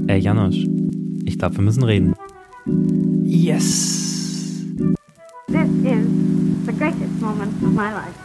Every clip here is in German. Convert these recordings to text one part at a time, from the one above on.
Ey Janosch, ich glaube, wir müssen reden. Yes. This is the greatest moment of my life.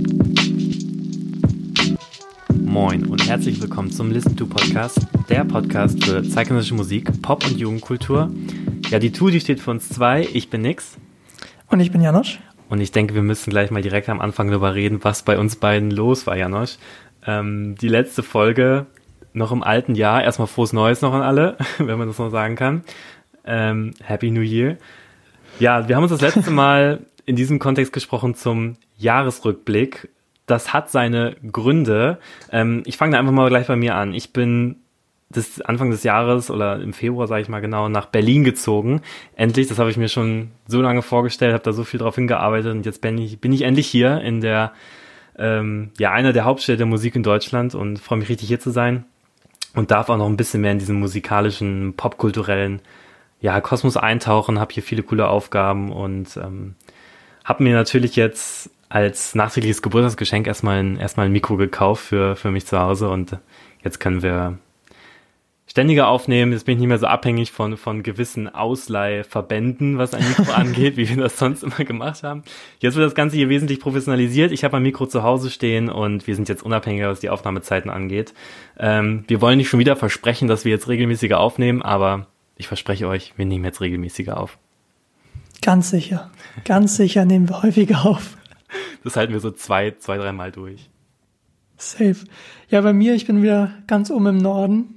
Moin und herzlich willkommen zum Listen to Podcast, der Podcast für zeitgenössische Musik, Pop- und Jugendkultur. Ja, die Tour, die steht für uns zwei. Ich bin Nix. Und ich bin Janosch. Und ich denke, wir müssen gleich mal direkt am Anfang darüber reden, was bei uns beiden los war, Janosch. Die letzte Folge noch im alten Jahr. Erstmal frohes Neues noch an alle, wenn man das noch sagen kann. Happy New Year. Ja, wir haben uns das letzte Mal in diesem Kontext gesprochen zum Jahresrückblick. Das hat seine Gründe. Ich fange da einfach mal gleich bei mir an. Ich bin Anfang des Jahres oder im Februar, sage ich mal genau, nach Berlin gezogen. Endlich, das habe ich mir schon so lange vorgestellt, habe da so viel drauf hingearbeitet und jetzt bin ich endlich hier in der, einer der Hauptstädte der Musik in Deutschland und freue mich richtig hier zu sein und darf auch noch ein bisschen mehr in diesen musikalischen, popkulturellen Kosmos eintauchen, habe hier viele coole Aufgaben und habe mir natürlich jetzt als nachträgliches Geburtstagsgeschenk erstmal ein Mikro gekauft für mich zu Hause und jetzt können wir ständiger aufnehmen. Jetzt bin ich nicht mehr so abhängig von gewissen Ausleihverbänden, was ein Mikro angeht, wie wir das sonst immer gemacht haben. Jetzt wird das Ganze hier wesentlich professionalisiert. Ich habe ein Mikro zu Hause stehen und wir sind jetzt unabhängiger, was die Aufnahmezeiten angeht. Wir wollen nicht schon wieder versprechen, dass wir jetzt regelmäßiger aufnehmen, aber ich verspreche euch, wir nehmen jetzt regelmäßiger auf. Ganz sicher nehmen wir häufiger auf. Das halten wir so zwei, dreimal durch. Safe. Ja, bei mir, ich bin wieder ganz oben im Norden.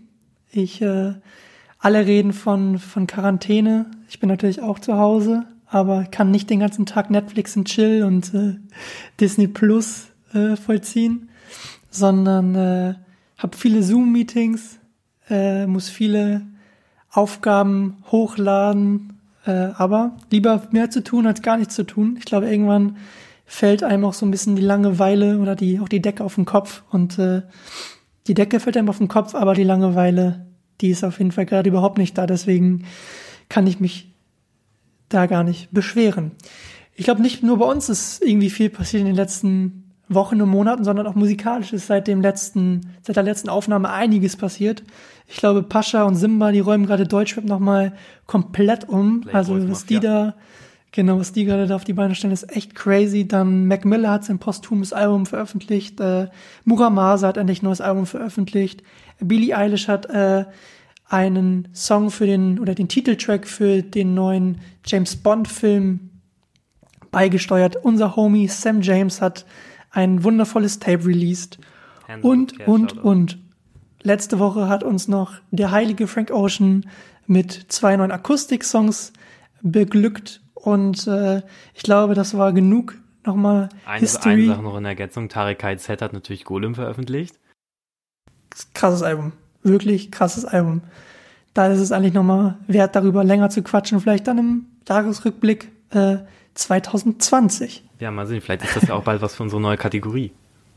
Alle reden von Quarantäne. Ich bin natürlich auch zu Hause, aber kann nicht den ganzen Tag Netflix und Chill und Disney Plus vollziehen, sondern habe viele Zoom-Meetings, muss viele Aufgaben hochladen, aber lieber mehr zu tun als gar nichts zu tun. Ich glaube, irgendwann fällt einem auch so ein bisschen die Langeweile oder auch die Decke auf den Kopf und die Decke fällt einem auf den Kopf, aber die Langeweile, die ist auf jeden Fall gerade überhaupt nicht da. Deswegen kann ich mich da gar nicht beschweren. Ich glaube, nicht nur bei uns ist irgendwie viel passiert in den letzten Wochen und Monaten, sondern auch musikalisch ist seit der letzten Aufnahme einiges passiert. Ich glaube, Pascha und Simba, die räumen gerade Deutschrap nochmal komplett um. Also was die gerade da auf die Beine stellen, ist echt crazy. Dann Mac Miller hat sein posthumes Album veröffentlicht. Muramasa hat endlich ein neues Album veröffentlicht. Billie Eilish hat einen Song den Titeltrack für den neuen James Bond Film beigesteuert. Unser Homie Sam James hat ein wundervolles Tape released. Und. Letzte Woche hat uns noch der heilige Frank Ocean mit 2 neuen Akustik-Songs beglückt. Und ich glaube, das war genug. Nochmal History. Eine Sache noch in Ergänzung. Tarek Z hat natürlich Golem veröffentlicht. Krasses Album. Wirklich krasses Album. Da ist es eigentlich nochmal wert, darüber länger zu quatschen. Vielleicht dann im Jahresrückblick 2020. Ja, mal sehen. Vielleicht ist das ja auch bald was für unsere neue Kategorie.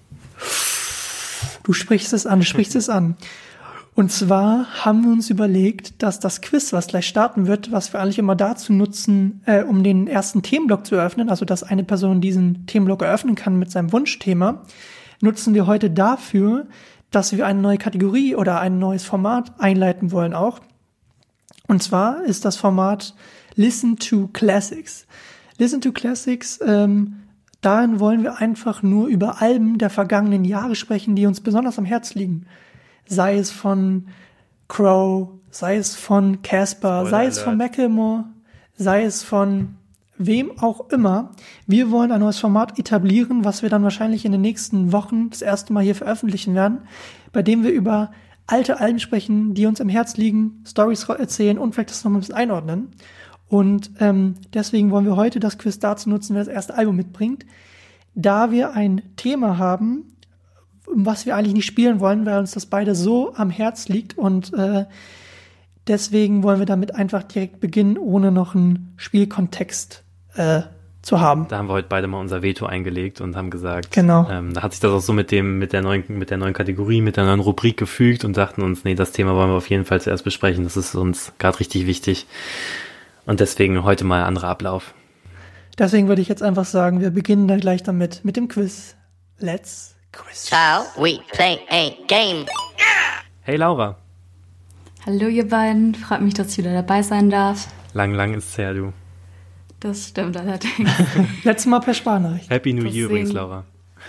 Du sprichst es an. Und zwar haben wir uns überlegt, dass das Quiz, was gleich starten wird, was wir eigentlich immer dazu nutzen, um den ersten Themenblock zu eröffnen, also dass eine Person diesen Themenblock eröffnen kann mit seinem Wunschthema, nutzen wir heute dafür, dass wir eine neue Kategorie oder ein neues Format einleiten wollen auch. Und zwar ist das Format Listen to Classics. Listen to Classics, darin wollen wir einfach nur über Alben der vergangenen Jahre sprechen, die uns besonders am Herz liegen. Sei es von Crow, sei es von Casper, sei es von Macklemore, sei es von wem auch immer. Wir wollen ein neues Format etablieren, was wir dann wahrscheinlich in den nächsten Wochen das erste Mal hier veröffentlichen werden, bei dem wir über alte Alben sprechen, die uns am Herz liegen, Storys erzählen und vielleicht das noch ein bisschen einordnen. Und deswegen wollen wir heute das Quiz dazu nutzen, wer das erste Album mitbringt. Da wir ein Thema haben, was wir eigentlich nicht spielen wollen, weil uns das beide so am Herz liegt. Und deswegen wollen wir damit einfach direkt beginnen, ohne noch einen Spielkontext zu haben. Da haben wir heute beide mal unser Veto eingelegt und haben gesagt, genau. Da hat sich das auch so mit der neuen Kategorie, mit der neuen Rubrik gefügt und dachten uns, nee, das Thema wollen wir auf jeden Fall zuerst besprechen. Das ist uns gerade richtig wichtig. Und deswegen heute mal anderer Ablauf. Deswegen würde ich jetzt einfach sagen, wir beginnen dann gleich damit mit dem Quiz. Let's quiz. Shall we play a game? Hey Laura. Hallo ihr beiden, freut mich, dass ich wieder dabei sein darf. Lang ist's her, du. Das stimmt allerdings. Letztes Mal per Sprachnachricht. Happy New Year Deswegen- übrigens, Laura.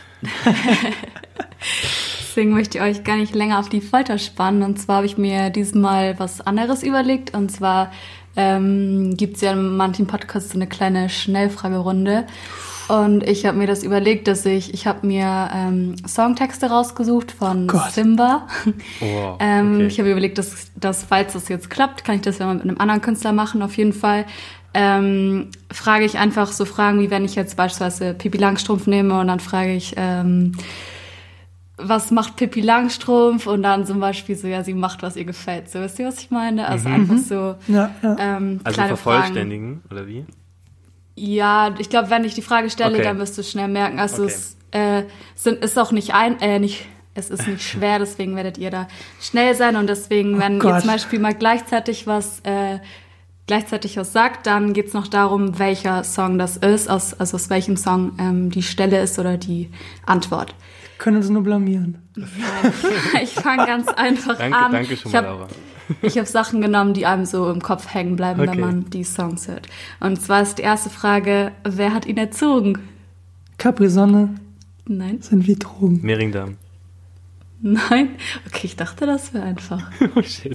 Deswegen möchte ich euch gar nicht länger auf die Folter spannen. Und zwar habe ich mir diesmal was anderes überlegt. Und zwar gibt es ja in manchen Podcasts so eine kleine Schnellfragerunde. Und ich habe mir das überlegt, dass ich habe mir Songtexte rausgesucht von Gott. Simba. Oh, okay. Ich habe überlegt, dass falls das jetzt klappt, kann ich das ja mal mit einem anderen Künstler machen. Auf jeden Fall frage ich einfach so Fragen, wie wenn ich jetzt beispielsweise Pippi Langstrumpf nehme und dann frage ich, was macht Pippi Langstrumpf? Und dann zum Beispiel so, ja, sie macht, was ihr gefällt. So, wisst ihr, was ich meine? Also einfach so Ja. Also kleine vervollständigen, oder wie? Ja, ich glaube, wenn ich die Frage stelle, Okay. dann wirst du schnell merken. Also Okay. ist auch es ist nicht schwer, deswegen werdet ihr da schnell sein. Und deswegen, wenn ihr Gott. zum Beispiel mal gleichzeitig was sagt, dann geht's noch darum, welcher Song das ist, aus welchem Song die Stelle ist oder die Antwort. Können uns nur blamieren. Ich fange ganz einfach an. Danke schon mal, Laura. Ich habe Sachen genommen, die einem so im Kopf hängen bleiben, Okay. wenn man die Songs hört. Und zwar ist die erste Frage, wer hat ihn erzogen? Capri-Sonne Nein. sind wie Drogen. Mehringdamm. Nein? Okay, ich dachte, das wäre einfach. Oh shit.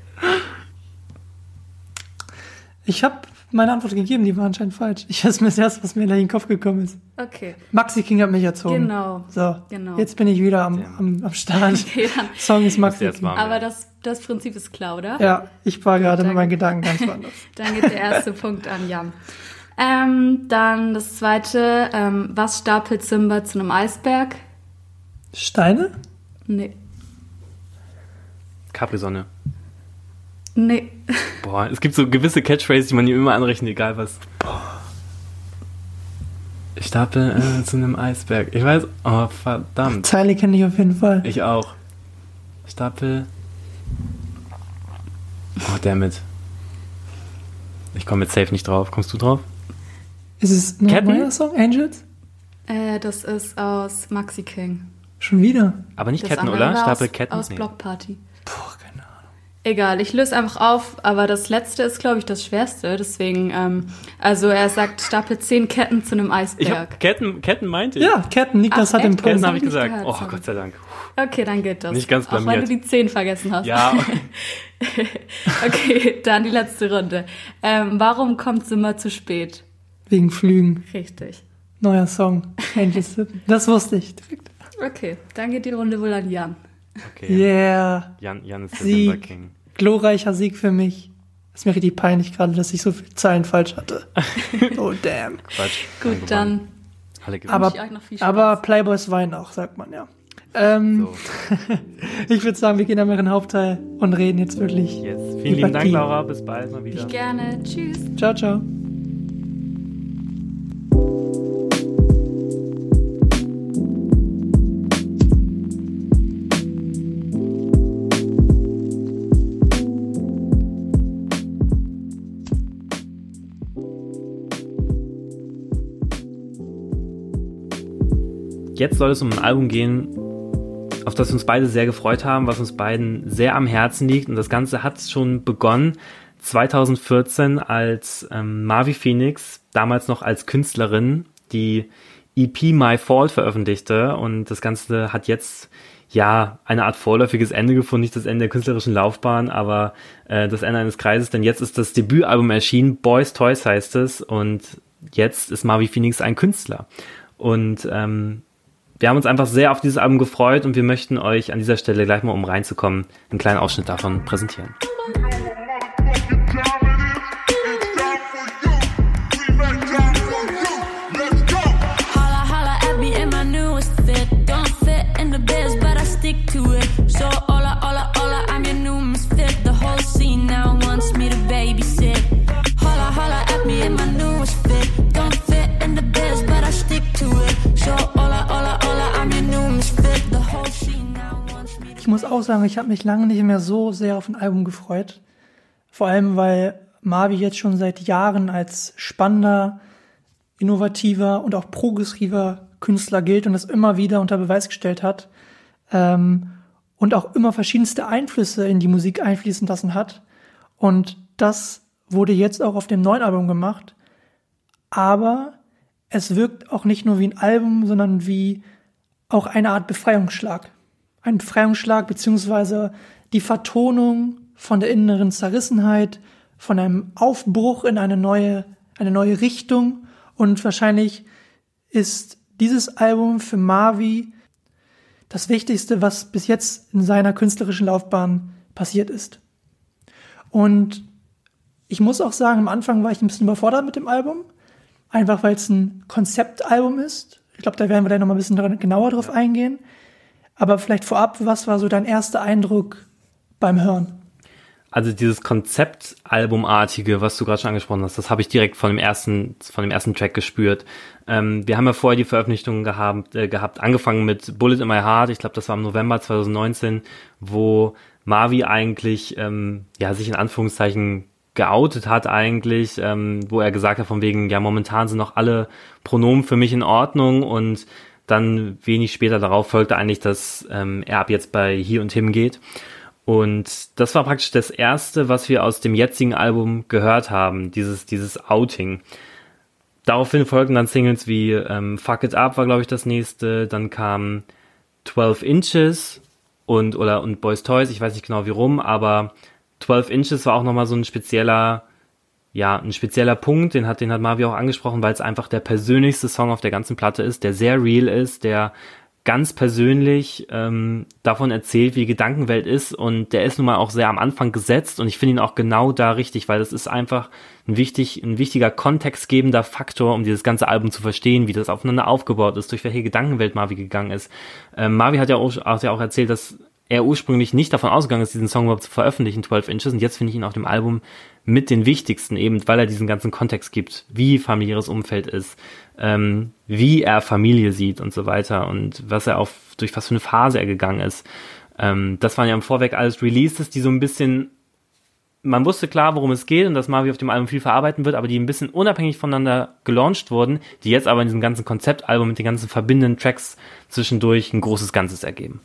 Ich habe meine Antwort gegeben, die war anscheinend falsch. Das ist mir das Erste, was mir in den Kopf gekommen ist. Okay. Maxi King hat mich erzogen. Genau. So, Genau. jetzt bin ich wieder am Start. Okay, dann. Song ist Maxi Jetzt King. warm. Aber das Prinzip ist klar, oder? Ja, ich war gerade mit Danke. meinen Gedanken ganz woanders. Dann geht der erste Punkt an Jan. Dann das zweite. Was stapelt Simba zu einem Eisberg? Steine? Nee. Capri-Sonne. Nee. Boah, es gibt so gewisse Catchphrases, die man ihm immer anrechnet, egal was. Ich stapel zu einem Eisberg. Ich weiß, oh verdammt. Zeile kenne ich auf jeden Fall. Ich auch. Stapel. Oh, dammit. Ich komme jetzt safe nicht drauf. Kommst du drauf? Ist es ein Ketten? neuer Song? Angels? Das ist aus Maxi King. Schon wieder? Aber nicht Das Ketten, andere oder? war Stapel aus, Ketten? aus Nee. Block Party. Boah, keine Ahnung. Egal, ich löse einfach auf, aber das letzte ist, glaube ich, das Schwerste. Deswegen, also er sagt, stapel 10 Ketten zu einem Ich Eisberg. hab Ketten meinte ich. Ja, Ketten, Niklas Ach, hat den echt? Punkt. Ketten habe ich hab ich nicht gesagt. gehört, Oh, sorry. Gott sei Dank. Okay, dann geht das. Nicht ganz Auch wenn blamiert. du die 10 vergessen hast. Ja, Okay, dann die letzte Runde. Warum kommt Simba zu spät? Wegen Flügen. Richtig. Neuer Song. Angels. Das wusste ich direkt. Okay, dann geht die Runde wohl an Jan. okay. Yeah. Jan ist der Sieg. Simba King. Glorreicher Sieg für mich. Ist mir richtig peinlich gerade, dass ich so viele Zeilen falsch hatte. Oh, damn. Quatsch. Gut, dann Alle gewonnen. Aber, ich euch noch viel Spaß. aber Playboys weinen auch, sagt man ja. So, Ich würde sagen, wir gehen einmal in den Hauptteil und reden jetzt wirklich. yes. Vielen lieben Dank, Partie. Laura. Bis bald mal wieder. gerne. Tschüss. Ciao, ciao. Jetzt soll es um ein Album gehen, auf das wir uns beide sehr gefreut haben, was uns beiden sehr am Herzen liegt. Und das Ganze hat schon begonnen 2014, als Marvi Phoenix, damals noch als Künstlerin, die EP My Fault veröffentlichte. Und das Ganze hat jetzt ja eine Art vorläufiges Ende gefunden, nicht das Ende der künstlerischen Laufbahn, aber das Ende eines Kreises. Denn jetzt ist das Debütalbum erschienen, Boys Toys heißt es. Und jetzt ist Marvi Phoenix ein Künstler. Und wir haben uns einfach sehr auf dieses Album gefreut und wir möchten euch an dieser Stelle gleich mal, um reinzukommen, einen kleinen Ausschnitt davon präsentieren. Holla, holla at me in my newest fit. Don't fit in the biz, but I stick to it. So, hola, hola, hola, I'm your new misfit. The whole scene now wants me to babysit. Holla, holla at me in my newest fit. Don't fit in the biz, but I stick to it. So, hola, hola, hola, I'm your new misfit. The whole scene now wants me to Ich muss auch sagen, ich habe mich lange nicht mehr so sehr auf ein Album gefreut. Vor allem, weil Marvi jetzt schon seit Jahren als spannender, innovativer und auch progressiver Künstler gilt und das immer wieder unter Beweis gestellt hat. und auch immer verschiedenste Einflüsse in die Musik einfließen lassen hat. Und das wurde jetzt auch auf dem neuen Album gemacht. Aber es wirkt auch nicht nur wie ein Album, sondern wie auch eine Art Befreiungsschlag. Ein Befreiungsschlag beziehungsweise die Vertonung von der inneren Zerrissenheit, von einem Aufbruch in eine neue Richtung. Und wahrscheinlich ist dieses Album für Marvi das Wichtigste, was bis jetzt in seiner künstlerischen Laufbahn passiert ist. Und ich muss auch sagen, am Anfang war ich ein bisschen überfordert mit dem Album, einfach weil es ein Konzeptalbum ist. Ich glaube, da werden wir dann noch mal ein bisschen genauer drauf eingehen. Aber vielleicht vorab, was war so dein erster Eindruck beim Hören? Also dieses Konzeptalbumartige, was du gerade schon angesprochen hast, das habe ich direkt von dem ersten Track gespürt. Wir haben ja vorher die Veröffentlichung gehabt, angefangen mit Bullet in My Heart, ich glaube, das war im November 2019, wo Marvi eigentlich sich in Anführungszeichen geoutet hat eigentlich, wo er gesagt hat von wegen, ja, momentan sind noch alle Pronomen für mich in Ordnung, und dann wenig später darauf folgte eigentlich, dass er ab jetzt bei He und Him geht. Und das war praktisch das erste, was wir aus dem jetzigen Album gehört haben, dieses Outing. Daraufhin folgten dann Singles wie Fuck It Up war, glaube ich, das nächste. Dann kam 12 Inches und Boys Toys, ich weiß nicht genau wie rum, aber 12 Inches war auch nochmal so ein spezieller Punkt, den hat Marvi auch angesprochen, weil es einfach der persönlichste Song auf der ganzen Platte ist, der sehr real ist, der ganz persönlich davon erzählt, wie die Gedankenwelt ist, und der ist nun mal auch sehr am Anfang gesetzt, und ich finde ihn auch genau da richtig, weil das ist einfach ein wichtiger kontextgebender Faktor, um dieses ganze Album zu verstehen, wie das aufeinander aufgebaut ist, durch welche Gedankenwelt Marvi gegangen ist. Marvi hat ja auch erzählt, dass er ursprünglich nicht davon ausgegangen ist, diesen Song überhaupt zu veröffentlichen, 12 Inches, und jetzt finde ich ihn auf dem Album mit den wichtigsten, eben weil er diesen ganzen Kontext gibt, wie familiäres Umfeld ist, wie er Familie sieht und so weiter, und durch was für eine Phase er gegangen ist. Das waren ja im Vorweg alles Releases, die so ein bisschen, man wusste klar, worum es geht und dass Marvi auf dem Album viel verarbeiten wird, aber die ein bisschen unabhängig voneinander gelauncht wurden, die jetzt aber in diesem ganzen Konzeptalbum mit den ganzen verbindenden Tracks zwischendurch ein großes Ganzes ergeben.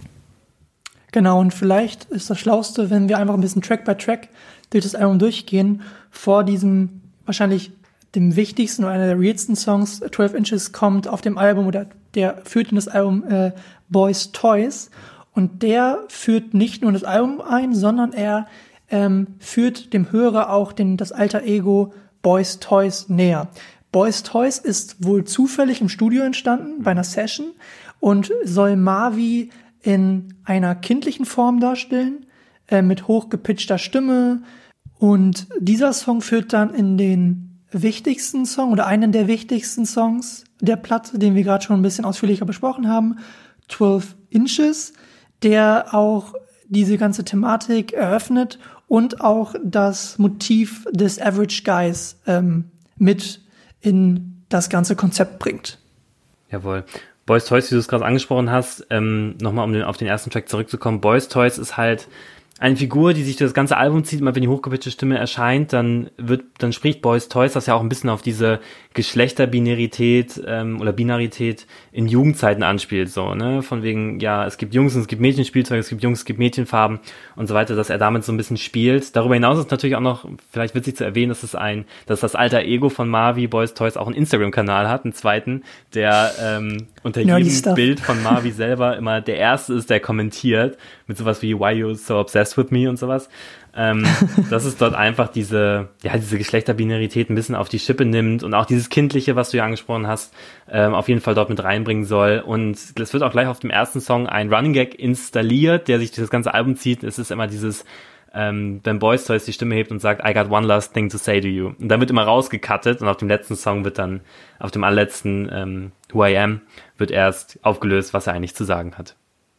Genau, und vielleicht ist das Schlauste, wenn wir einfach ein bisschen Track by Track durch das Album durchgehen. Vor diesem wahrscheinlich dem wichtigsten oder einer der realsten Songs, 12 Inches, kommt auf dem Album, oder der führt in das Album Boys Toys. Und der führt nicht nur das Album ein, sondern er führt dem Hörer auch das alter Ego Boys Toys näher. Boys Toys ist wohl zufällig im Studio entstanden, bei einer Session, und soll Marvi in einer kindlichen Form darstellen, mit hochgepitchter Stimme. Und dieser Song führt dann in den wichtigsten Song oder einen der wichtigsten Songs der Platte, den wir gerade schon ein bisschen ausführlicher besprochen haben, 12 Inches, der auch diese ganze Thematik eröffnet und auch das Motiv des Average Guys mit in das ganze Konzept bringt. Jawohl. Boys Toys, wie du es gerade angesprochen hast, nochmal auf den ersten Track zurückzukommen. Boys Toys ist halt eine Figur, die sich durch das ganze Album zieht. Immer wenn die hochgepitchte Stimme erscheint, dann spricht Boys Toys, das ja auch ein bisschen auf diese Geschlechterbinarität oder Binarität in Jugendzeiten anspielt, so, ne, von wegen, ja, es gibt Jungs und es gibt Mädchenspielzeug, es gibt Jungs, es gibt Mädchenfarben und so weiter, dass er damit so ein bisschen spielt. Darüber hinaus ist natürlich auch noch, vielleicht witzig zu erwähnen, dass das alter Ego von Marvi, Boys Toys, auch einen Instagram-Kanal hat, einen zweiten, der unter jedem Bild von Marvi selber immer der erste ist, der kommentiert, mit sowas wie Why you so obsessed with me und sowas. Dass es dort einfach diese Geschlechterbinarität ein bisschen auf die Schippe nimmt und auch dieses Kindliche, was du ja angesprochen hast, auf jeden Fall dort mit reinbringen soll. Und es wird auch gleich auf dem ersten Song ein Running Gag installiert, der sich durch das ganze Album zieht. Es ist immer dieses, wenn Boys Toys die Stimme hebt und sagt, I got one last thing to say to you. Und dann wird immer rausgecuttet und auf dem letzten Song wird dann, auf dem allerletzten Who I Am, wird erst aufgelöst, was er eigentlich zu sagen hat.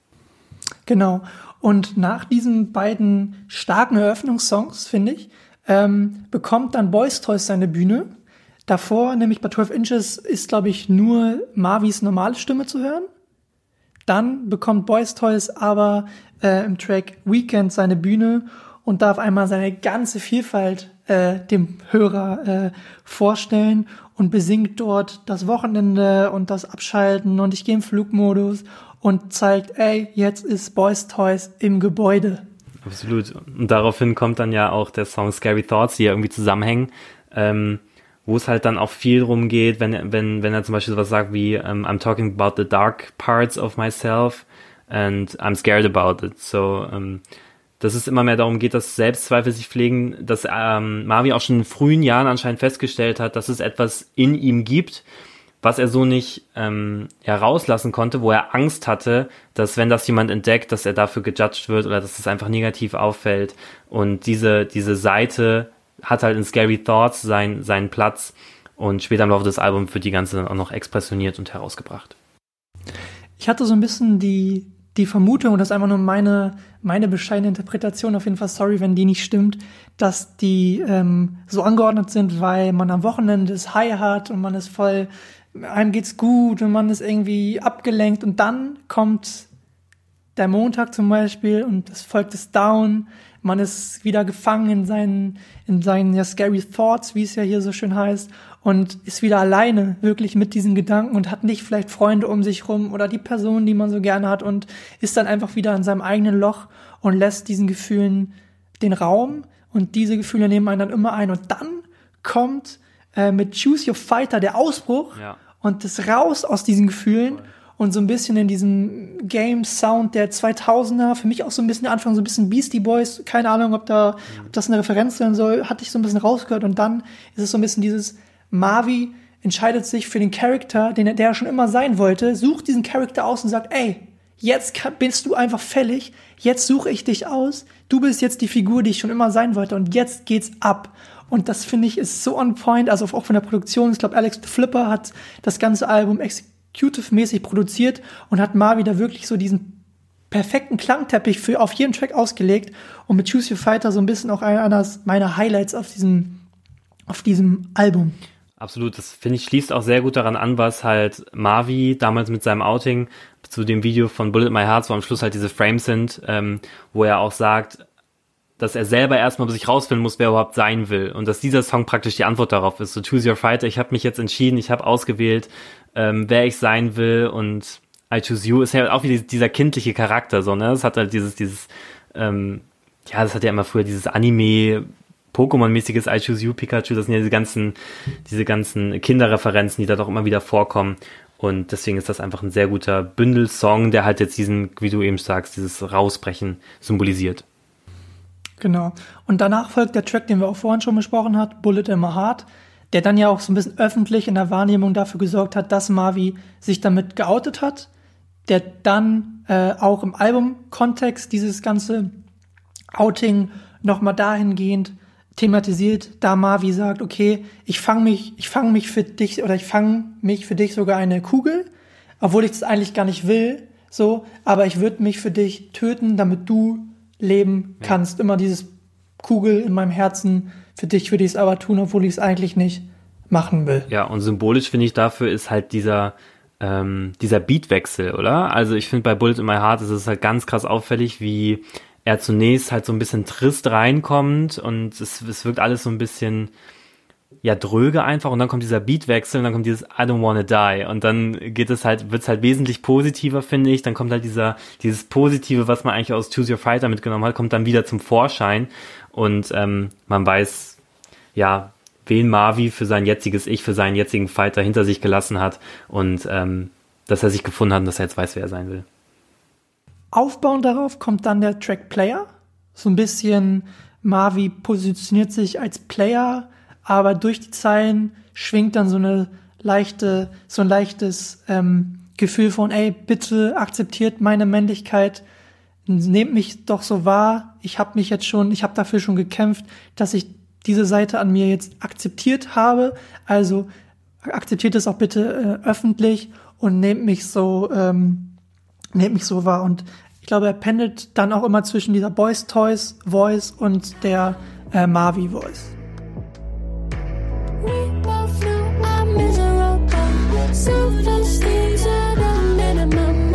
Genau. Und nach diesen beiden starken Eröffnungssongs, finde ich, bekommt dann Boys Toys seine Bühne. Davor, nämlich bei 12 Inches, ist, glaube ich, nur Marvis normale Stimme zu hören. Dann bekommt Boys Toys aber im Track Weekend seine Bühne und darf einmal seine ganze Vielfalt dem Hörer vorstellen und besingt dort das Wochenende und das Abschalten und ich gehe im Flugmodus und zeigt, ey, jetzt ist Boys Toys im Gebäude. Absolut. Und daraufhin kommt dann ja auch der Song Scary Thoughts, die ja irgendwie zusammenhängen, wo es halt dann auch viel drum geht, wenn er zum Beispiel sowas sagt wie I'm talking about the dark parts of myself and I'm scared about it. So, dass es immer mehr darum geht, dass Selbstzweifel sich pflegen, dass Marvi auch schon in frühen Jahren anscheinend festgestellt hat, dass es etwas in ihm gibt, was er so nicht herauslassen konnte, wo er Angst hatte, dass wenn das jemand entdeckt, dass er dafür gejudged wird oder dass es einfach negativ auffällt. Und diese Seite hat halt in Scary Thoughts seinen Platz und später im Laufe des Albums wird die ganze dann auch noch expressioniert und herausgebracht. Ich hatte so ein bisschen die Vermutung, und das ist einfach nur meine bescheidene Interpretation, auf jeden Fall sorry, wenn die nicht stimmt, dass die so angeordnet sind, weil man am Wochenende das High hat und man ist voll, einem geht's gut und man ist irgendwie abgelenkt und dann kommt der Montag zum Beispiel und es folgt das Down, man ist wieder gefangen in seinen ja, Scary Thoughts, wie es ja hier so schön heißt, und ist wieder alleine wirklich mit diesen Gedanken und hat nicht vielleicht Freunde um sich rum oder die Person, die man so gerne hat und ist dann einfach wieder in seinem eigenen Loch und lässt diesen Gefühlen den Raum und diese Gefühle nehmen einen dann immer ein und dann kommt mit Choose Your Fighter der Ausbruch und das Raus aus diesen Gefühlen und so ein bisschen in diesem Game-Sound der 2000er, für mich auch so ein bisschen der Anfang, so ein bisschen Beastie Boys, keine Ahnung, ob das eine Referenz sein soll, hatte ich so ein bisschen rausgehört und dann ist es so ein bisschen dieses Marvi entscheidet sich für den Charakter, der er schon immer sein wollte, sucht diesen Charakter aus und sagt, ey, jetzt bist du einfach fällig, jetzt suche ich dich aus, du bist jetzt die Figur, die ich schon immer sein wollte und jetzt geht's ab. Und das finde ich ist so on point, also auch von der Produktion, ich glaube Alex the Flipper hat das ganze Album executive-mäßig produziert und hat Marvi da wirklich so diesen perfekten Klangteppich für auf jeden Track ausgelegt und mit Choose Your Fighter so ein bisschen auch einer meiner Highlights auf diesem Album. Absolut, das finde ich schließt auch sehr gut daran an, was halt Marvi damals mit seinem Outing zu dem Video von Bullet in My Heart, wo am Schluss halt diese Frames sind, wo er auch sagt, dass er selber erstmal sich rausfinden muss, wer er überhaupt sein will und dass dieser Song praktisch die Antwort darauf ist. So Choose Your Fighter, ich habe mich jetzt entschieden, ich habe ausgewählt, wer ich sein will und I Choose You ist ja auch wie dieser kindliche Charakter, so, ne? Das hat halt das hat ja immer früher dieses Anime Pokémon-mäßiges I Choose You, Pikachu, das sind ja diese ganzen Kinderreferenzen, die da doch immer wieder vorkommen. Und deswegen ist das einfach ein sehr guter Bündelsong, der halt jetzt diesen, wie du eben sagst, dieses Rausbrechen symbolisiert. Genau. Und danach folgt der Track, den wir auch vorhin schon besprochen haben, Bullet in My Heart, der dann ja auch so ein bisschen öffentlich in der Wahrnehmung dafür gesorgt hat, dass Marvi sich damit geoutet hat, der dann auch im Album-Kontext dieses ganze Outing nochmal dahingehend thematisiert, da Marvi sagt, okay, ich fang mich für dich sogar eine Kugel, obwohl ich das eigentlich gar nicht will, so, aber ich würde mich für dich töten, damit du leben kannst. Immer dieses Kugel in meinem Herzen, für dich würde ich es aber tun, obwohl ich es eigentlich nicht machen will. Ja, und symbolisch finde ich dafür ist halt dieser Beatwechsel, oder? Also ich finde bei Bullet in My Heart ist es halt ganz krass auffällig, wie er zunächst halt so ein bisschen trist reinkommt und es wirkt alles so ein bisschen dröge einfach und dann kommt dieser Beatwechsel und dann kommt dieses I don't wanna die und dann wird's halt wesentlich positiver, finde ich. Dann kommt halt dieses Positive, was man eigentlich aus Choose Your Fighter mitgenommen hat, kommt dann wieder zum Vorschein und man weiß, wen Marvi für sein jetziges Ich, für seinen jetzigen Fighter hinter sich gelassen hat und dass er sich gefunden hat und dass er jetzt weiß, wer er sein will. Aufbauend darauf kommt dann der Track Player. So ein bisschen Marvi positioniert sich als Player, aber durch die Zeilen schwingt dann so ein leichtes Gefühl von, ey, bitte akzeptiert meine Männlichkeit, nehmt mich doch so wahr, ich habe dafür schon gekämpft, dass ich diese Seite an mir jetzt akzeptiert habe, also akzeptiert es auch bitte öffentlich und nehmt mich so wahr. Und ich glaube, er pendelt dann auch immer zwischen dieser Boys Toys Voice und der Marvi Voice. We both know I'm miserable. Selfish things at a minimum.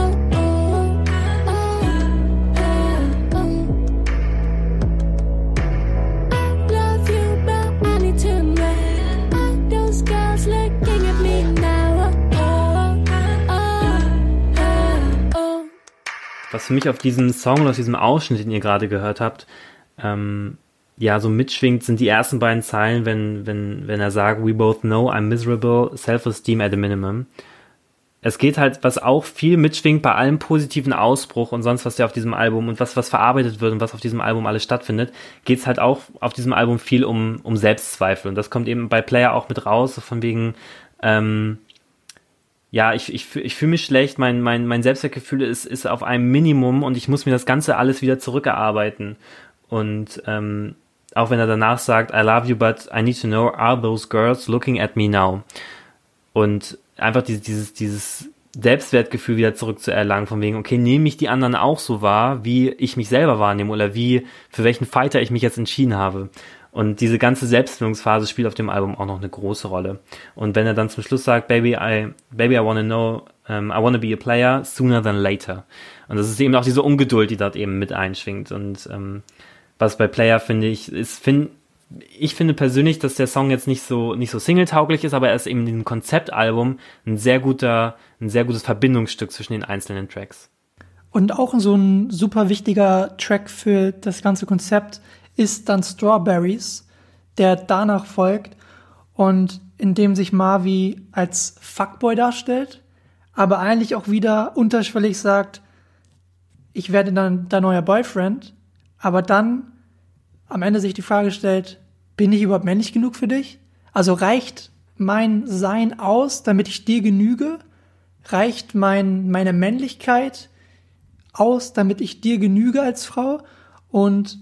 I love you, but I need to know. Are those girls looking at me now? was für mich auf diesem Song oder auf diesem Ausschnitt, den ihr gerade gehört habt, so mitschwingt, sind die ersten beiden Zeilen, wenn er sagt, we both know I'm miserable, self-esteem at a minimum. Es geht halt, was auch viel mitschwingt bei allem positiven Ausbruch und sonst was ja auf diesem Album und was verarbeitet wird und was auf diesem Album alles stattfindet, geht's halt auch auf diesem Album viel um Selbstzweifel. Und das kommt eben bei Player auch mit raus, so von wegen, ich fühle mich schlecht, mein Selbstwertgefühl ist auf einem Minimum und ich muss mir das Ganze alles wieder zurückerarbeiten. Und auch wenn er danach sagt, I love you, but I need to know, are those girls looking at me now? Und einfach dieses Selbstwertgefühl wieder zurückzuerlangen, von wegen, okay, nehme ich die anderen auch so wahr, wie ich mich selber wahrnehme oder für welchen Fighter ich mich jetzt entschieden habe. Und diese ganze Selbstfindungsphase spielt auf dem Album auch noch eine große Rolle. Und wenn er dann zum Schluss sagt, Baby, I wanna know, I wanna be a player sooner than later. Und das ist eben auch diese Ungeduld, die dort eben mit einschwingt. Und was bei Player ich finde persönlich, dass der Song jetzt nicht so singletauglich ist, aber er ist eben in dem Konzeptalbum ein sehr gutes Verbindungsstück zwischen den einzelnen Tracks. Und auch so ein super wichtiger Track für das ganze Konzept ist dann Strawberries, der danach folgt und in dem sich Marvi als Fuckboy darstellt, aber eigentlich auch wieder unterschwellig sagt, ich werde dann dein neuer Boyfriend, aber dann am Ende sich die Frage stellt, bin ich überhaupt männlich genug für dich? Also reicht mein Sein aus, damit ich dir genüge? Reicht meine Männlichkeit aus, damit ich dir genüge als Frau? Und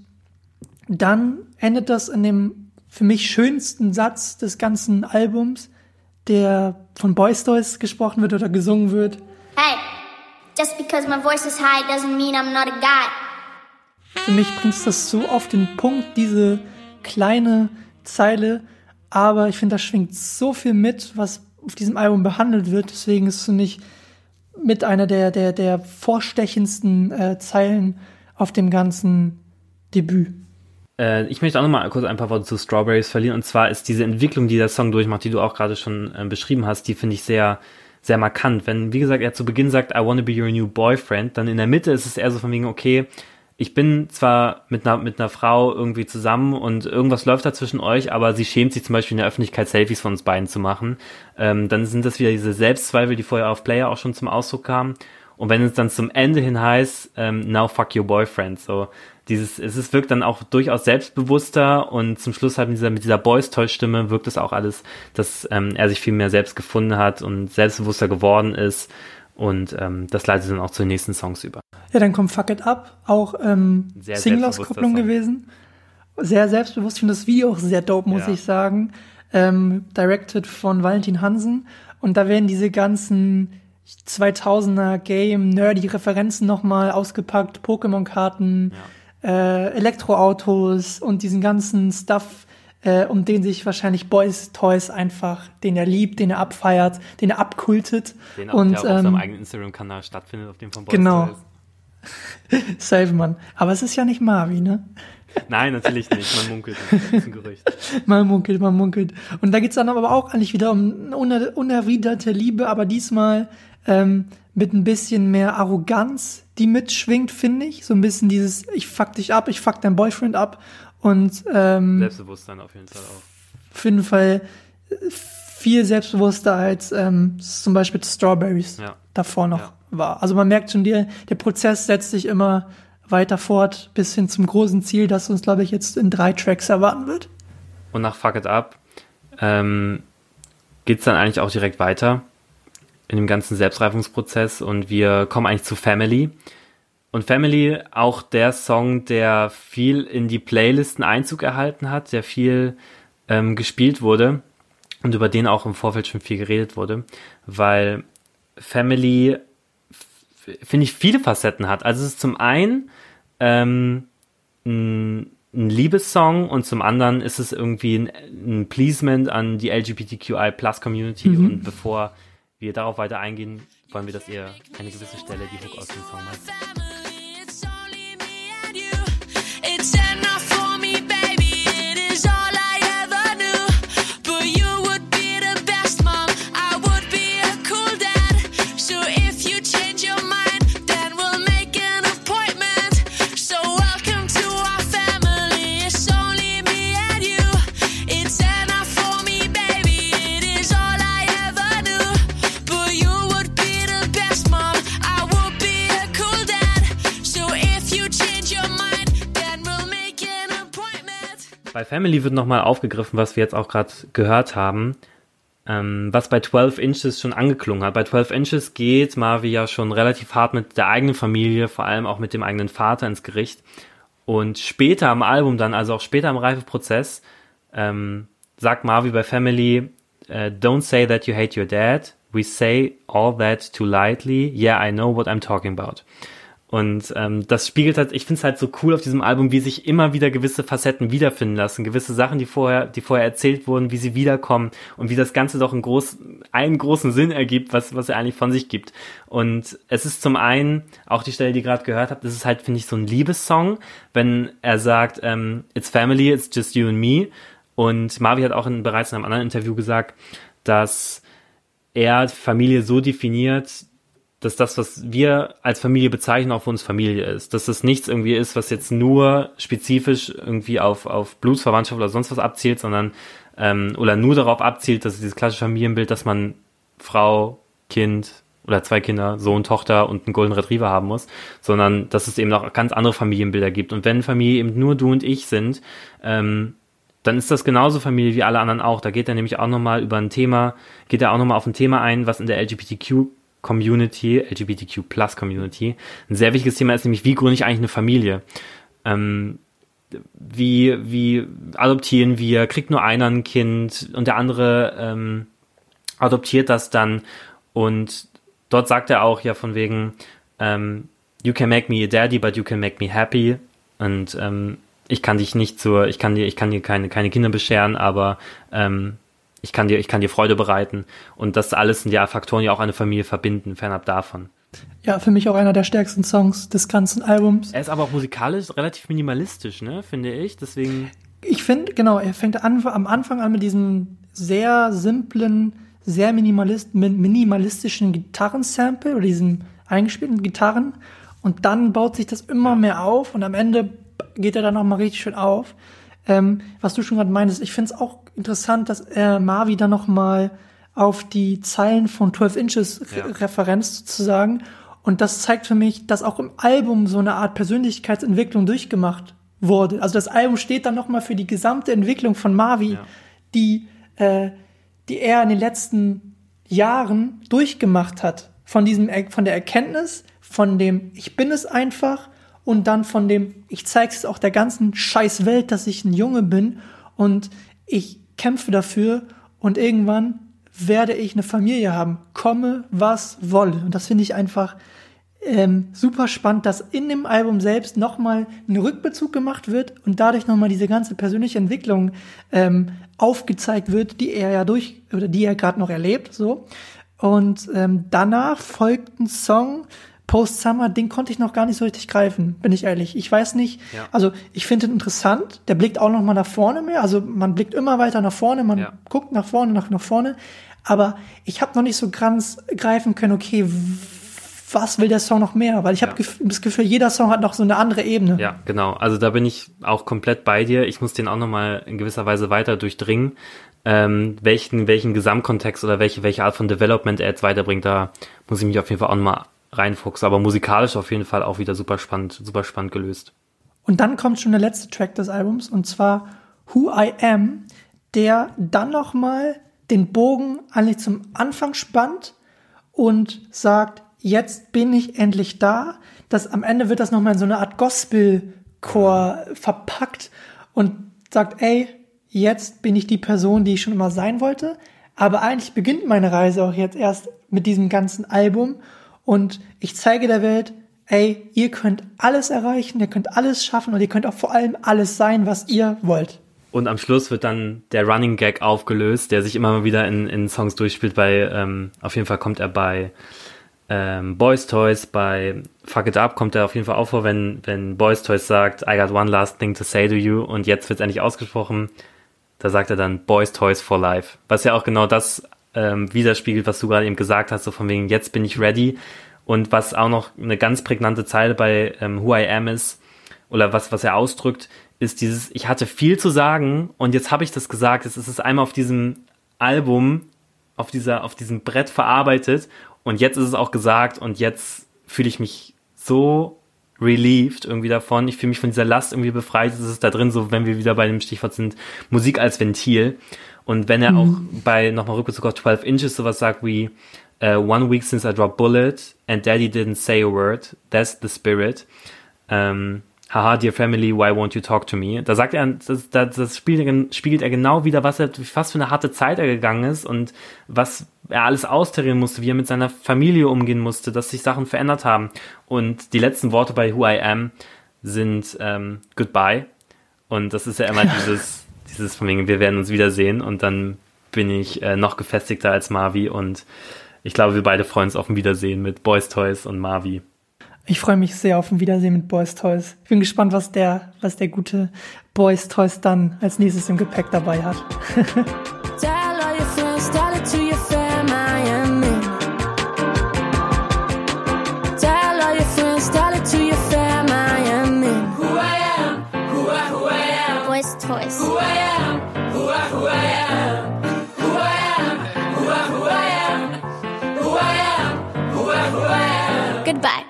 dann endet das in dem für mich schönsten Satz des ganzen Albums, der von Boys Toys gesprochen wird oder gesungen wird. Hey, just because my voice is high doesn't mean I'm not a guy. Für mich bringt das so auf den Punkt, diese kleine Zeile, aber ich finde, da schwingt so viel mit, was auf diesem Album behandelt wird, deswegen ist es für mich mit einer der vorstechendsten Zeilen auf dem ganzen Debüt. Ich möchte auch noch mal kurz ein paar Worte zu Strawberries verlieren, und zwar ist diese Entwicklung, die der Song durchmacht, die du auch gerade schon beschrieben hast, die finde ich sehr, sehr markant. Wenn, wie gesagt, er zu Beginn sagt, I wanna be your new boyfriend, dann in der Mitte ist es eher so von wegen, okay, ich bin zwar mit einer Frau irgendwie zusammen und irgendwas läuft da zwischen euch, aber sie schämt sich zum Beispiel in der Öffentlichkeit Selfies von uns beiden zu machen. Dann sind das wieder diese Selbstzweifel, die vorher auf Player auch schon zum Ausdruck kamen. Und wenn es dann zum Ende hin heißt, now fuck your boyfriend, so wirkt dann auch durchaus selbstbewusster und zum Schluss halt mit dieser Boys-Toy-Stimme wirkt es auch alles, dass er sich viel mehr selbst gefunden hat und selbstbewusster geworden ist. Und das leitet dann auch zu den nächsten Songs über. Ja, dann kommt Fuck It Up, auch Single-Auskopplung gewesen. Sehr selbstbewusst. Ich finde das Video auch sehr dope, muss ich sagen. Directed von Valentin Hansen. Und da werden diese ganzen 2000er Game-Nerdy-Referenzen nochmal ausgepackt. Pokémon-Karten, Elektroautos und diesen ganzen Stuff, um den sich wahrscheinlich Boys Toys einfach, den er liebt, den er abfeiert, den er abkultet. Den auch, der auch auf seinem eigenen Instagram-Kanal stattfindet, auf dem von Boys Toys. Safe, Mann. Aber es ist ja nicht Marvi, ne? Nein, natürlich nicht. Man munkelt. Das ist ein Gerücht. Man munkelt. Und da geht's dann aber auch eigentlich wieder um unerwiderte Liebe, aber diesmal mit ein bisschen mehr Arroganz, die mitschwingt, finde ich. So ein bisschen dieses, ich fuck dich ab, ich fuck deinen Boyfriend ab. Und Selbstbewusstsein auf jeden Fall auch. Auf jeden Fall viel selbstbewusster als zum Beispiel Strawberries davor noch war. Also man merkt schon, der Prozess setzt sich immer weiter fort bis hin zum großen Ziel, das uns, glaube ich, jetzt in 3 Tracks erwarten wird. Und nach Fuck It Up geht's dann eigentlich auch direkt weiter in dem ganzen Selbstreifungsprozess und wir kommen eigentlich zu Family. Und Family, auch der Song, der viel in die Playlisten Einzug erhalten hat, der viel gespielt wurde und über den auch im Vorfeld schon viel geredet wurde, weil Family, finde ich, viele Facetten hat. Also es ist zum einen ein Liebessong und zum anderen ist es irgendwie ein Pleasement an die LGBTQI+-Community und bevor wir darauf weiter eingehen, wollen wir, dass ihr eine gewisse Stelle, die Hook aus dem Song macht. Change your mind, then we'll make an Bei Family wird nochmal aufgegriffen, was wir jetzt auch gerade gehört haben, was bei 12 Inches schon angeklungen hat. Bei 12 Inches geht Marvi ja schon relativ hart mit der eigenen Familie, vor allem auch mit dem eigenen Vater ins Gericht. Und später am Album dann, also auch später im Reifeprozess, sagt Marvi bei Family, don't say that you hate your dad. We say all that too lightly. Yeah, I know what I'm talking about. Und das spiegelt halt, ich finde es halt so cool auf diesem Album, wie sich immer wieder gewisse Facetten wiederfinden lassen, gewisse Sachen, die vorher erzählt wurden, wie sie wiederkommen und wie das Ganze doch einen großen Sinn ergibt, was er eigentlich von sich gibt. Und es ist zum einen, auch die Stelle, die ihr gerade gehört habt, das ist halt, finde ich, so ein Liebessong, wenn er sagt, it's family, it's just you and me. Und Marvi hat auch bereits in einem anderen Interview gesagt, dass er Familie so definiert, dass das, was wir als Familie bezeichnen, auch für uns Familie ist. Dass das nichts irgendwie ist, was jetzt nur spezifisch irgendwie auf Blutsverwandtschaft oder sonst was abzielt, sondern oder nur darauf abzielt, dass dieses klassische Familienbild, dass man Frau, Kind oder 2 Kinder, Sohn, Tochter und einen Golden Retriever haben muss, sondern dass es eben auch ganz andere Familienbilder gibt. Und wenn Familie eben nur du und ich sind, dann ist das genauso Familie wie alle anderen auch. Da geht er nämlich auch nochmal auf ein Thema ein, was in der LGBTQ+ Community ein sehr wichtiges Thema ist, nämlich wie gründe ich eigentlich eine Familie? Wie adoptieren wir? Kriegt nur einer ein Kind und der andere adoptiert das dann? Und dort sagt er auch ja von wegen you can make me a daddy, but you can make me happy. Und ich kann dir keine Kinder bescheren, aber ich kann dir Freude bereiten. Und das alles sind ja Faktoren, die auch eine Familie verbinden, fernab davon. Ja, für mich auch einer der stärksten Songs des ganzen Albums. Er ist aber auch musikalisch relativ minimalistisch, ne, finde ich. Deswegen. Ich finde, genau, er fängt am Anfang an mit diesem sehr simplen, sehr minimalistischen Gitarrensample oder diesen eingespielten Gitarren. Und dann baut sich das immer mehr auf und am Ende geht er dann nochmal richtig schön auf. Was du schon gerade meintest, ich finde es auch interessant, dass Marvi dann nochmal auf die Zeilen von 12 Inches Referenz sozusagen. Und das zeigt für mich, dass auch im Album so eine Art Persönlichkeitsentwicklung durchgemacht wurde. Also das Album steht dann nochmal für die gesamte Entwicklung von Marvi, die er in den letzten Jahren durchgemacht hat. Von der Erkenntnis, von dem Ich bin es einfach, und dann von dem, ich zeige es auch der ganzen scheiß Welt, dass ich ein Junge bin und ich kämpfe dafür und irgendwann werde ich eine Familie haben, komme was wolle. Und das finde ich einfach super spannend, dass in dem Album selbst nochmal ein Rückbezug gemacht wird und dadurch nochmal diese ganze persönliche Entwicklung aufgezeigt wird, die er gerade noch erlebt. So. Und danach folgt ein Song, Post Summer, den konnte ich noch gar nicht so richtig greifen, bin ich ehrlich. Ich weiß nicht, also ich finde ihn interessant, der blickt auch noch mal nach vorne mehr, also man blickt immer weiter nach vorne, man guckt nach vorne, nach vorne, aber ich habe noch nicht so ganz greifen können, okay, was will der Song noch mehr? Weil ich habe das Gefühl, jeder Song hat noch so eine andere Ebene. Ja, genau, also da bin ich auch komplett bei dir, ich muss den auch noch mal in gewisser Weise weiter durchdringen, welchen Gesamtkontext oder welche Art von Development er jetzt weiterbringt, da muss ich mich auf jeden Fall auch noch mal reinfuchsen, aber musikalisch auf jeden Fall auch wieder super spannend gelöst. Und dann kommt schon der letzte Track des Albums und zwar Who I Am, der dann nochmal den Bogen eigentlich zum Anfang spannt und sagt, jetzt bin ich endlich da. Am Ende wird das nochmal in so eine Art Gospelchor verpackt und sagt, ey, jetzt bin ich die Person, die ich schon immer sein wollte, aber eigentlich beginnt meine Reise auch jetzt erst mit diesem ganzen Album. Und ich zeige der Welt, ey, ihr könnt alles erreichen, ihr könnt alles schaffen und ihr könnt auch vor allem alles sein, was ihr wollt. Und am Schluss wird dann der Running Gag aufgelöst, der sich immer mal wieder in Songs durchspielt. Auf jeden Fall kommt er bei Boys Toys, bei Fuck It Up kommt er auf jeden Fall auch vor, wenn Boys Toys sagt, I got one last thing to say to you und jetzt wird's endlich ausgesprochen. Da sagt er dann Boys Toys for Life. Was ja auch genau das widerspiegelt, was du gerade eben gesagt hast, so von wegen, jetzt bin ich ready. Und was auch noch eine ganz prägnante Zeile bei Who I Am ist, oder was er ausdrückt, ist dieses, ich hatte viel zu sagen und jetzt habe ich das gesagt. Jetzt ist es einmal auf diesem Album, auf diesem Brett verarbeitet und jetzt ist es auch gesagt und jetzt fühle ich mich so relieved irgendwie davon. Ich fühle mich von dieser Last irgendwie befreit. Es ist da drin, so wenn wir wieder bei dem Stichwort sind, Musik als Ventil. Und wenn er auch bei, nochmal Rückbezug auf 12 Inches sowas sagt wie 1 week since I dropped bullet and daddy didn't say a word, that's the spirit. Haha, dear family, why won't you talk to me? Da sagt er, das spiegelt er genau wieder, was für eine harte Zeit er gegangen ist und was er alles austarieren musste, wie er mit seiner Familie umgehen musste, dass sich Sachen verändert haben. Und die letzten Worte bei Who I Am sind Goodbye. Und das ist ja immer dieses von wegen, wir werden uns wiedersehen. Und dann bin ich noch gefestigter als Marvi. Und ich glaube, wir beide freuen uns auf ein Wiedersehen mit Boys Toys und Marvi. Ich freue mich sehr auf ein Wiedersehen mit Boys Toys. Ich bin gespannt, was der gute Boys Toys dann als nächstes im Gepäck dabei hat. Tell all your friends, tell it to your fam, I am in. Tell all your friends, tell it to your fam, I am in. Who I am, who I am. Boys Toys. Who I am, who I am. Who I am, who I am. Who I am, who I am. Goodbye.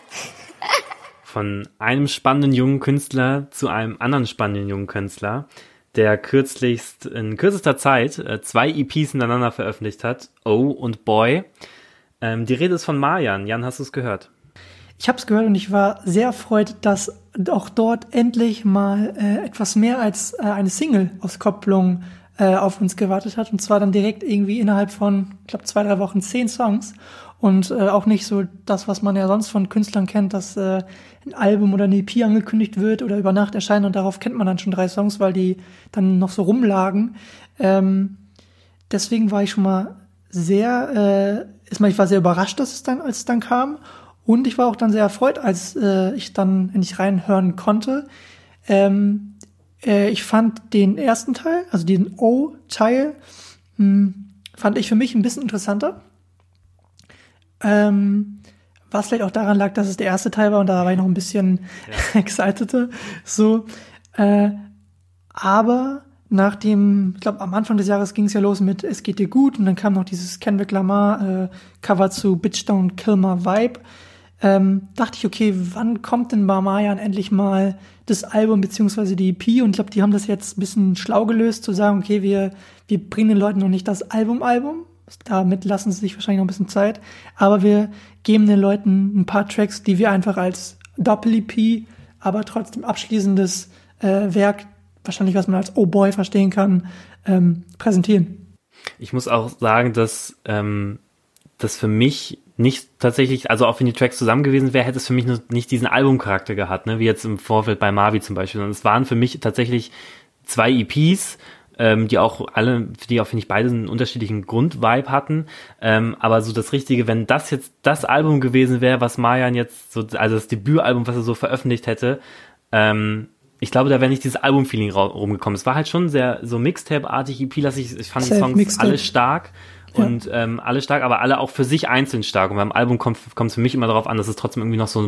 Von einem spannenden jungen Künstler zu einem anderen spannenden jungen Künstler, der kürzlichst in kürzester Zeit 2 EPs hintereinander veröffentlicht hat, Oh und Boy. Die Rede ist von Marjan. Jan, hast du es gehört? Ich habe es gehört und ich war sehr erfreut, dass auch dort endlich mal etwas mehr als eine Single-Auskopplung auf uns gewartet hat. Und zwar dann direkt irgendwie innerhalb von, ich glaube, 2-3 Wochen 10 Songs. Und auch nicht so das, was man ja sonst von Künstlern kennt, dass ein Album oder eine EP angekündigt wird oder über Nacht erscheint und darauf kennt man dann schon 3 Songs, weil die dann noch so rumlagen. Deswegen war ich schon mal ich war sehr überrascht, als es dann kam. Und ich war auch dann sehr erfreut, als ich dann endlich reinhören konnte. Ich fand den ersten Teil, also den O-Teil, fand ich für mich ein bisschen interessanter. Was vielleicht auch daran lag, dass es der erste Teil war und da war ich noch ein bisschen exciteder. So, aber ich glaube, am Anfang des Jahres ging es ja los mit Es geht dir gut und dann kam noch dieses Kendrick Lamar Cover zu Bitch Don't Kill My Vibe. Dachte ich, okay, wann kommt denn bei Marjan endlich mal das Album beziehungsweise die EP? Und ich glaube, die haben das jetzt ein bisschen schlau gelöst, zu sagen, okay, wir bringen den Leuten noch nicht das Album. Damit lassen sie sich wahrscheinlich noch ein bisschen Zeit. Aber wir geben den Leuten ein paar Tracks, die wir einfach als Doppel-EP, aber trotzdem abschließendes Werk, wahrscheinlich was man als Oh Boy verstehen kann, präsentieren. Ich muss auch sagen, dass das für mich nicht tatsächlich, also auch wenn die Tracks zusammen gewesen wäre, hätte es für mich nicht diesen Albumcharakter gehabt, ne? Wie jetzt im Vorfeld bei Marvi zum Beispiel. Und es waren für mich tatsächlich 2 EPs, die auch, finde ich, beide einen unterschiedlichen Grundvibe hatten. Aber so das Richtige, wenn das jetzt das Album gewesen wäre, was Marjan jetzt so, also das Debütalbum, was er so veröffentlicht hätte, ich glaube, da wäre nicht dieses Album-Feeling rumgekommen. Es war halt schon sehr so Mixtape-artig, EP-lastig. Ich fand die Songs Mixtape. alle stark. Und alle stark, aber alle auch für sich einzeln stark. Und beim Album kommt es für mich immer darauf an, dass es trotzdem irgendwie noch so ein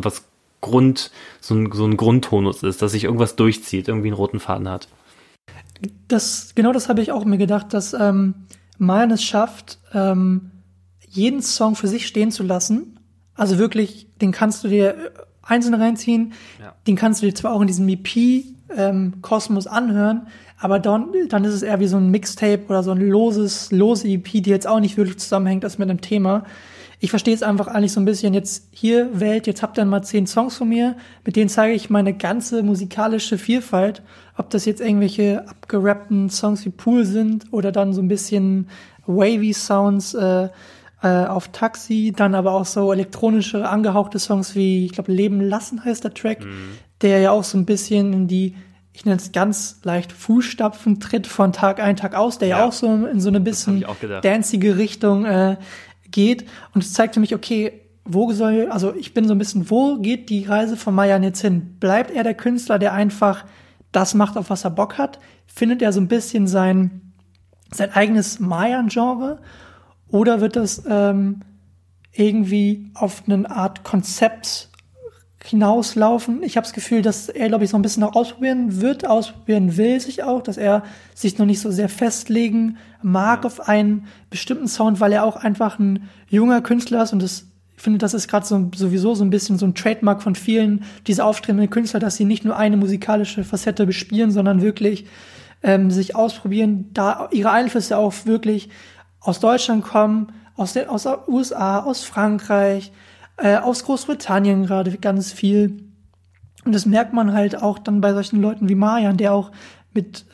Grundtonus ist, dass sich irgendwas durchzieht, irgendwie einen roten Faden hat. Das habe ich auch mir gedacht, dass Marjan es schafft, jeden Song für sich stehen zu lassen. Also wirklich, den kannst du dir einzeln reinziehen, den kannst du dir zwar auch in diesem EP-Kosmos anhören, aber dann ist es eher wie so ein Mixtape oder so ein lose EP, die jetzt auch nicht wirklich zusammenhängt ist mit einem Thema. Ich verstehe es einfach eigentlich so ein bisschen, jetzt habt ihr mal 10 Songs von mir, mit denen zeige ich meine ganze musikalische Vielfalt, ob das jetzt irgendwelche abgerappten Songs wie Pool sind oder dann so ein bisschen wavy Sounds auf Taxi, dann aber auch so elektronische, angehauchte Songs wie, ich glaube, Leben lassen heißt der Track, der ja auch so ein bisschen in die, ich nenne es ganz leicht Fußstapfen tritt von Tag ein, Tag aus, der ja auch so in so eine bisschen dancige Richtung geht. Und es zeigt für mich, okay, ich bin so ein bisschen, wo geht die Reise von Marjan jetzt hin? Bleibt er der Künstler, der einfach das macht, auf was er Bock hat? Findet er so ein bisschen sein eigenes Marjan-Genre? Oder wird das irgendwie auf eine Art Konzept hinauslaufen? Ich habe das Gefühl, dass er, glaube ich, so ein bisschen noch ausprobieren will sich auch, dass er sich noch nicht so sehr festlegen mag auf einen bestimmten Sound, weil er auch einfach ein junger Künstler ist und das Ich finde, das ist gerade sowieso so ein bisschen so ein Trademark von vielen dieser aufstrebenden Künstler, dass sie nicht nur eine musikalische Facette bespielen, sondern wirklich sich ausprobieren, da ihre Einflüsse auch wirklich aus Deutschland kommen, aus den USA, aus Frankreich, aus Großbritannien gerade ganz viel. Und das merkt man halt auch dann bei solchen Leuten wie Marjan, der auch mit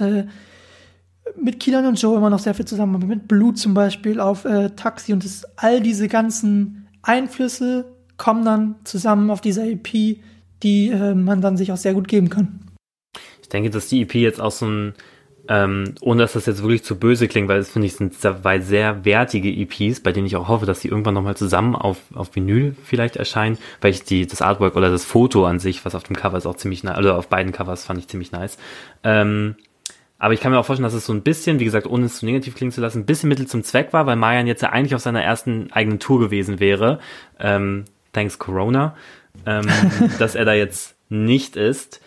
Kilian und Joe immer noch sehr viel zusammen, mit Blue zum Beispiel auf Taxi, und all diese ganzen Einflüsse kommen dann zusammen auf dieser EP, die man dann sich auch sehr gut geben kann. Ich denke, dass die EP jetzt auch so ein ohne dass das jetzt wirklich zu böse klingt, weil das finde ich sind zwei sehr wertige EPs, bei denen ich auch hoffe, dass die irgendwann nochmal zusammen auf Vinyl vielleicht erscheinen, weil ich das Artwork oder das Foto an sich, was auf dem Cover ist, auch ziemlich nice, also auf beiden Covers fand ich ziemlich nice. Aber ich kann mir auch vorstellen, dass es so ein bisschen, wie gesagt, ohne es zu negativ klingen zu lassen, ein bisschen Mittel zum Zweck war, weil Marjan jetzt ja eigentlich auf seiner ersten eigenen Tour gewesen wäre, thanks Corona, dass er da jetzt nicht ist.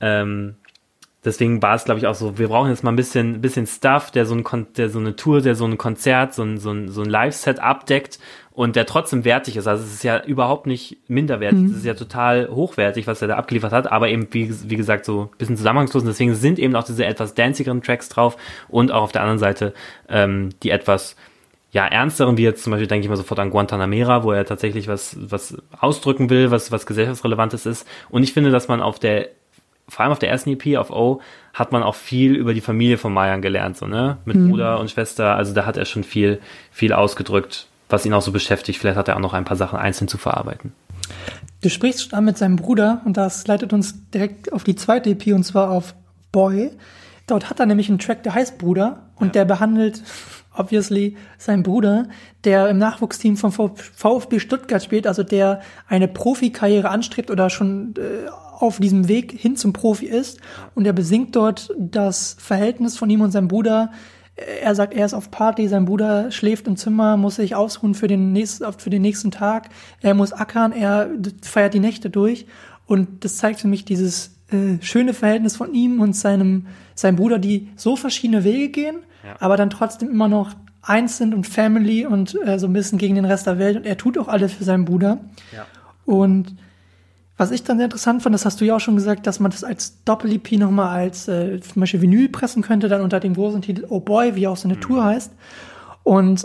Deswegen war es, glaube ich, auch so, wir brauchen jetzt mal ein bisschen Stuff, der so eine Tour, der so ein Konzert, so ein Live-Set abdeckt und der trotzdem wertig ist. Also es ist ja überhaupt nicht minderwertig, es ist ja total hochwertig, was er da abgeliefert hat, aber eben, wie gesagt, so ein bisschen zusammenhangslos. Und deswegen sind eben auch diese etwas dancigeren Tracks drauf und auch auf der anderen Seite die etwas ernsteren, wie jetzt zum Beispiel, denke ich mal sofort an Guantanamera, wo er tatsächlich was ausdrücken will, was gesellschaftsrelevantes ist. Und ich finde, dass man vor allem auf der ersten EP, auf O, hat man auch viel über die Familie von Marjan gelernt, so, ne? Mit Bruder und Schwester, also da hat er schon viel ausgedrückt, was ihn auch so beschäftigt. Vielleicht hat er auch noch ein paar Sachen einzeln zu verarbeiten. Du sprichst schon an mit seinem Bruder und das leitet uns direkt auf die zweite EP, und zwar auf Boy. Dort hat er nämlich einen Track, der heißt Bruder, und der behandelt obviously seinen Bruder, der im Nachwuchsteam vom VfB Stuttgart spielt, also der eine Profikarriere anstrebt oder schon auf diesem Weg hin zum Profi ist, und er besingt dort das Verhältnis von ihm und seinem Bruder. Er sagt, er ist auf Party, sein Bruder schläft im Zimmer, muss sich ausruhen für den nächsten Tag, er muss ackern, er feiert die Nächte durch, und das zeigt für mich dieses schöne Verhältnis von ihm und seinem Bruder, die so verschiedene Wege gehen, aber dann trotzdem immer noch eins sind und Family und so ein bisschen gegen den Rest der Welt, und er tut auch alles für seinen Bruder. Ja. Und was ich dann sehr interessant fand, das hast du ja auch schon gesagt, dass man das als Doppel-EP nochmal als zum Beispiel Vinyl pressen könnte, dann unter dem großen Titel Oh Boy, wie auch seine Tour heißt. Und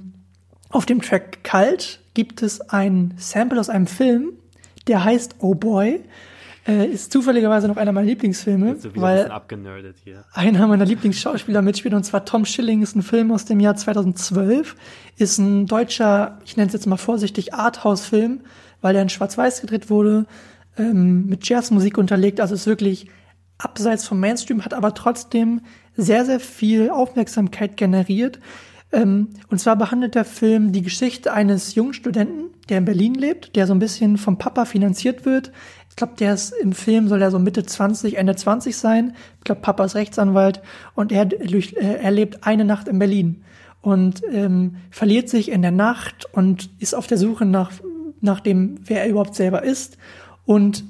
auf dem Track Kalt gibt es ein Sample aus einem Film, der heißt Oh Boy. Ist zufälligerweise noch einer meiner Lieblingsfilme, weil hier einer meiner Lieblingsschauspieler mitspielt, und zwar Tom Schilling. Ist ein Film aus dem Jahr 2012, ist ein deutscher, ich nenne es jetzt mal vorsichtig, Arthouse-Film, weil der in Schwarz-Weiß gedreht wurde, mit Jazzmusik unterlegt, also ist wirklich abseits vom Mainstream, hat aber trotzdem sehr, sehr viel Aufmerksamkeit generiert. Und zwar behandelt der Film die Geschichte eines jungen Studenten, der in Berlin lebt, der so ein bisschen vom Papa finanziert wird. Ich glaube, der ist im Film, soll er so Mitte 20, Ende 20 sein. Ich glaube, Papa ist Rechtsanwalt, und er lebt eine Nacht in Berlin und verliert sich in der Nacht und ist auf der Suche nach dem, wer er überhaupt selber ist, und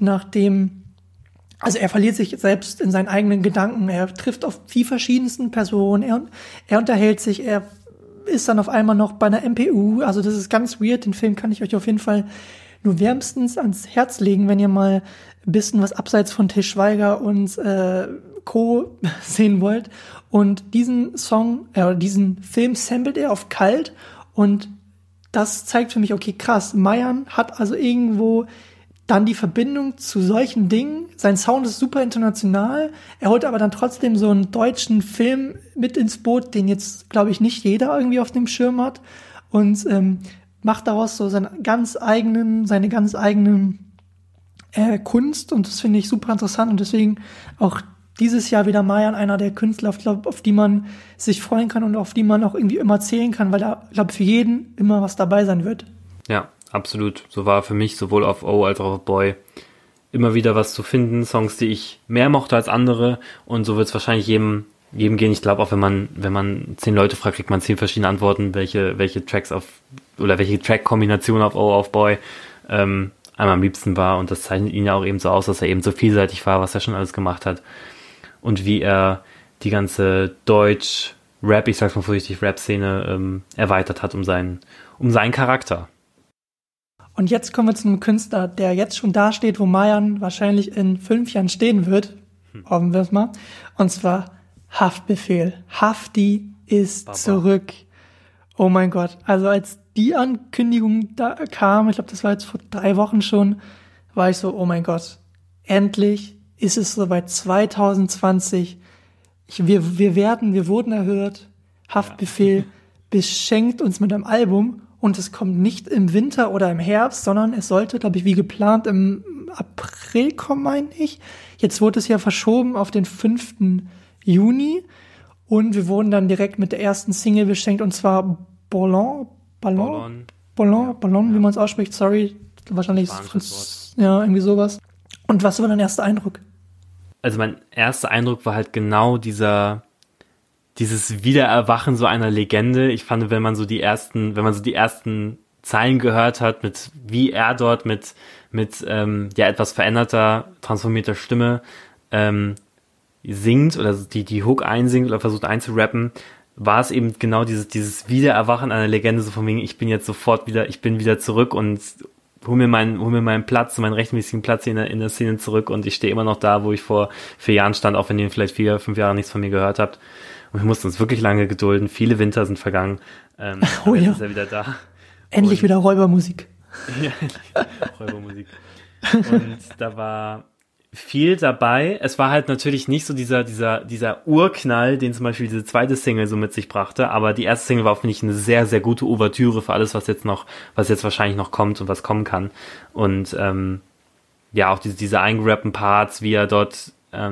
also er verliert sich selbst in seinen eigenen Gedanken. Er trifft auf die verschiedensten Personen. Er unterhält sich. Er ist dann auf einmal noch bei einer MPU. Also das ist ganz weird. Den Film kann ich euch auf jeden Fall nur wärmstens ans Herz legen, wenn ihr mal ein bisschen was abseits von Til Schweiger und Co. sehen wollt. Und diesen Film samplet er auf Kalt, und das zeigt für mich, okay, krass, Marjan hat also irgendwo dann die Verbindung zu solchen Dingen. Sein Sound ist super international. Er holt aber dann trotzdem so einen deutschen Film mit ins Boot, den jetzt, glaube ich, nicht jeder irgendwie auf dem Schirm hat. Und macht daraus so seine ganz eigenen Kunst. Und das finde ich super interessant. Und deswegen auch dieses Jahr wieder Marjan, einer der Künstler, auf die man sich freuen kann und auf die man auch irgendwie immer zählen kann, weil da, glaube ich, für jeden immer was dabei sein wird. Ja, absolut. So war für mich sowohl auf O als auch auf Boy immer wieder was zu finden, Songs, die ich mehr mochte als andere, und so wird es wahrscheinlich jedem gehen. Ich glaube auch, wenn man 10 Leute fragt, kriegt man 10 verschiedene Antworten, welche Tracks oder welche Track-Kombination auf O, auf Boy einmal am liebsten war, und das zeichnet ihn ja auch eben so aus, dass er eben so vielseitig war, was er schon alles gemacht hat, und wie er die ganze Deutsch-Rap, ich sag's mal vorsichtig, Rap-Szene erweitert hat um seinen Charakter. Und jetzt kommen wir zu einem Künstler, der jetzt schon da steht, wo Mayan wahrscheinlich in 5 Jahren stehen wird. Hoffen wir es mal. Und zwar Haftbefehl. Hafti ist Baba. zurück. Oh mein Gott. Also als die Ankündigung da kam, ich glaube, das war jetzt vor 3 Wochen schon, war ich so, oh mein Gott. Endlich ist es soweit 2020. Wir wurden erhört. Haftbefehl beschenkt uns mit einem Album und es kommt nicht im Winter oder im Herbst, sondern es sollte, glaube ich, wie geplant im April kommen, meine ich. Jetzt wurde es ja verschoben auf den 5. Juni und wir wurden dann direkt mit der ersten Single beschenkt und zwar Ballon, wie man es ausspricht, sorry, wahrscheinlich ist es irgendwie sowas. Und was war dein erster Eindruck? Also mein erster Eindruck war halt genau dieses Wiedererwachen so einer Legende. Ich fand, wenn man so die ersten Zeilen gehört hat, mit wie er dort mit etwas veränderter, transformierter Stimme singt oder die Hook einsingt oder versucht einzurappen, war es eben genau dieses Wiedererwachen einer Legende, so von wegen, ich bin wieder zurück und hol mir meinen Platz, meinen rechtmäßigen Platz hier in der Szene zurück und ich stehe immer noch da, wo ich vor 4 Jahren stand, auch wenn ihr vielleicht 4, 5 Jahre nichts von mir gehört habt. Und wir mussten uns wirklich lange gedulden. Viele Winter sind vergangen. Oh ja. Jetzt ist er wieder da. Endlich wieder Räubermusik. Ja, Räubermusik. Und da war viel dabei. Es war halt natürlich nicht so dieser Urknall, den zum Beispiel diese zweite Single so mit sich brachte, aber die erste Single war, finde ich, eine sehr, sehr gute Ouvertüre für alles, was jetzt wahrscheinlich noch kommt und was kommen kann. Und auch diese eingerappten Parts, wie er dort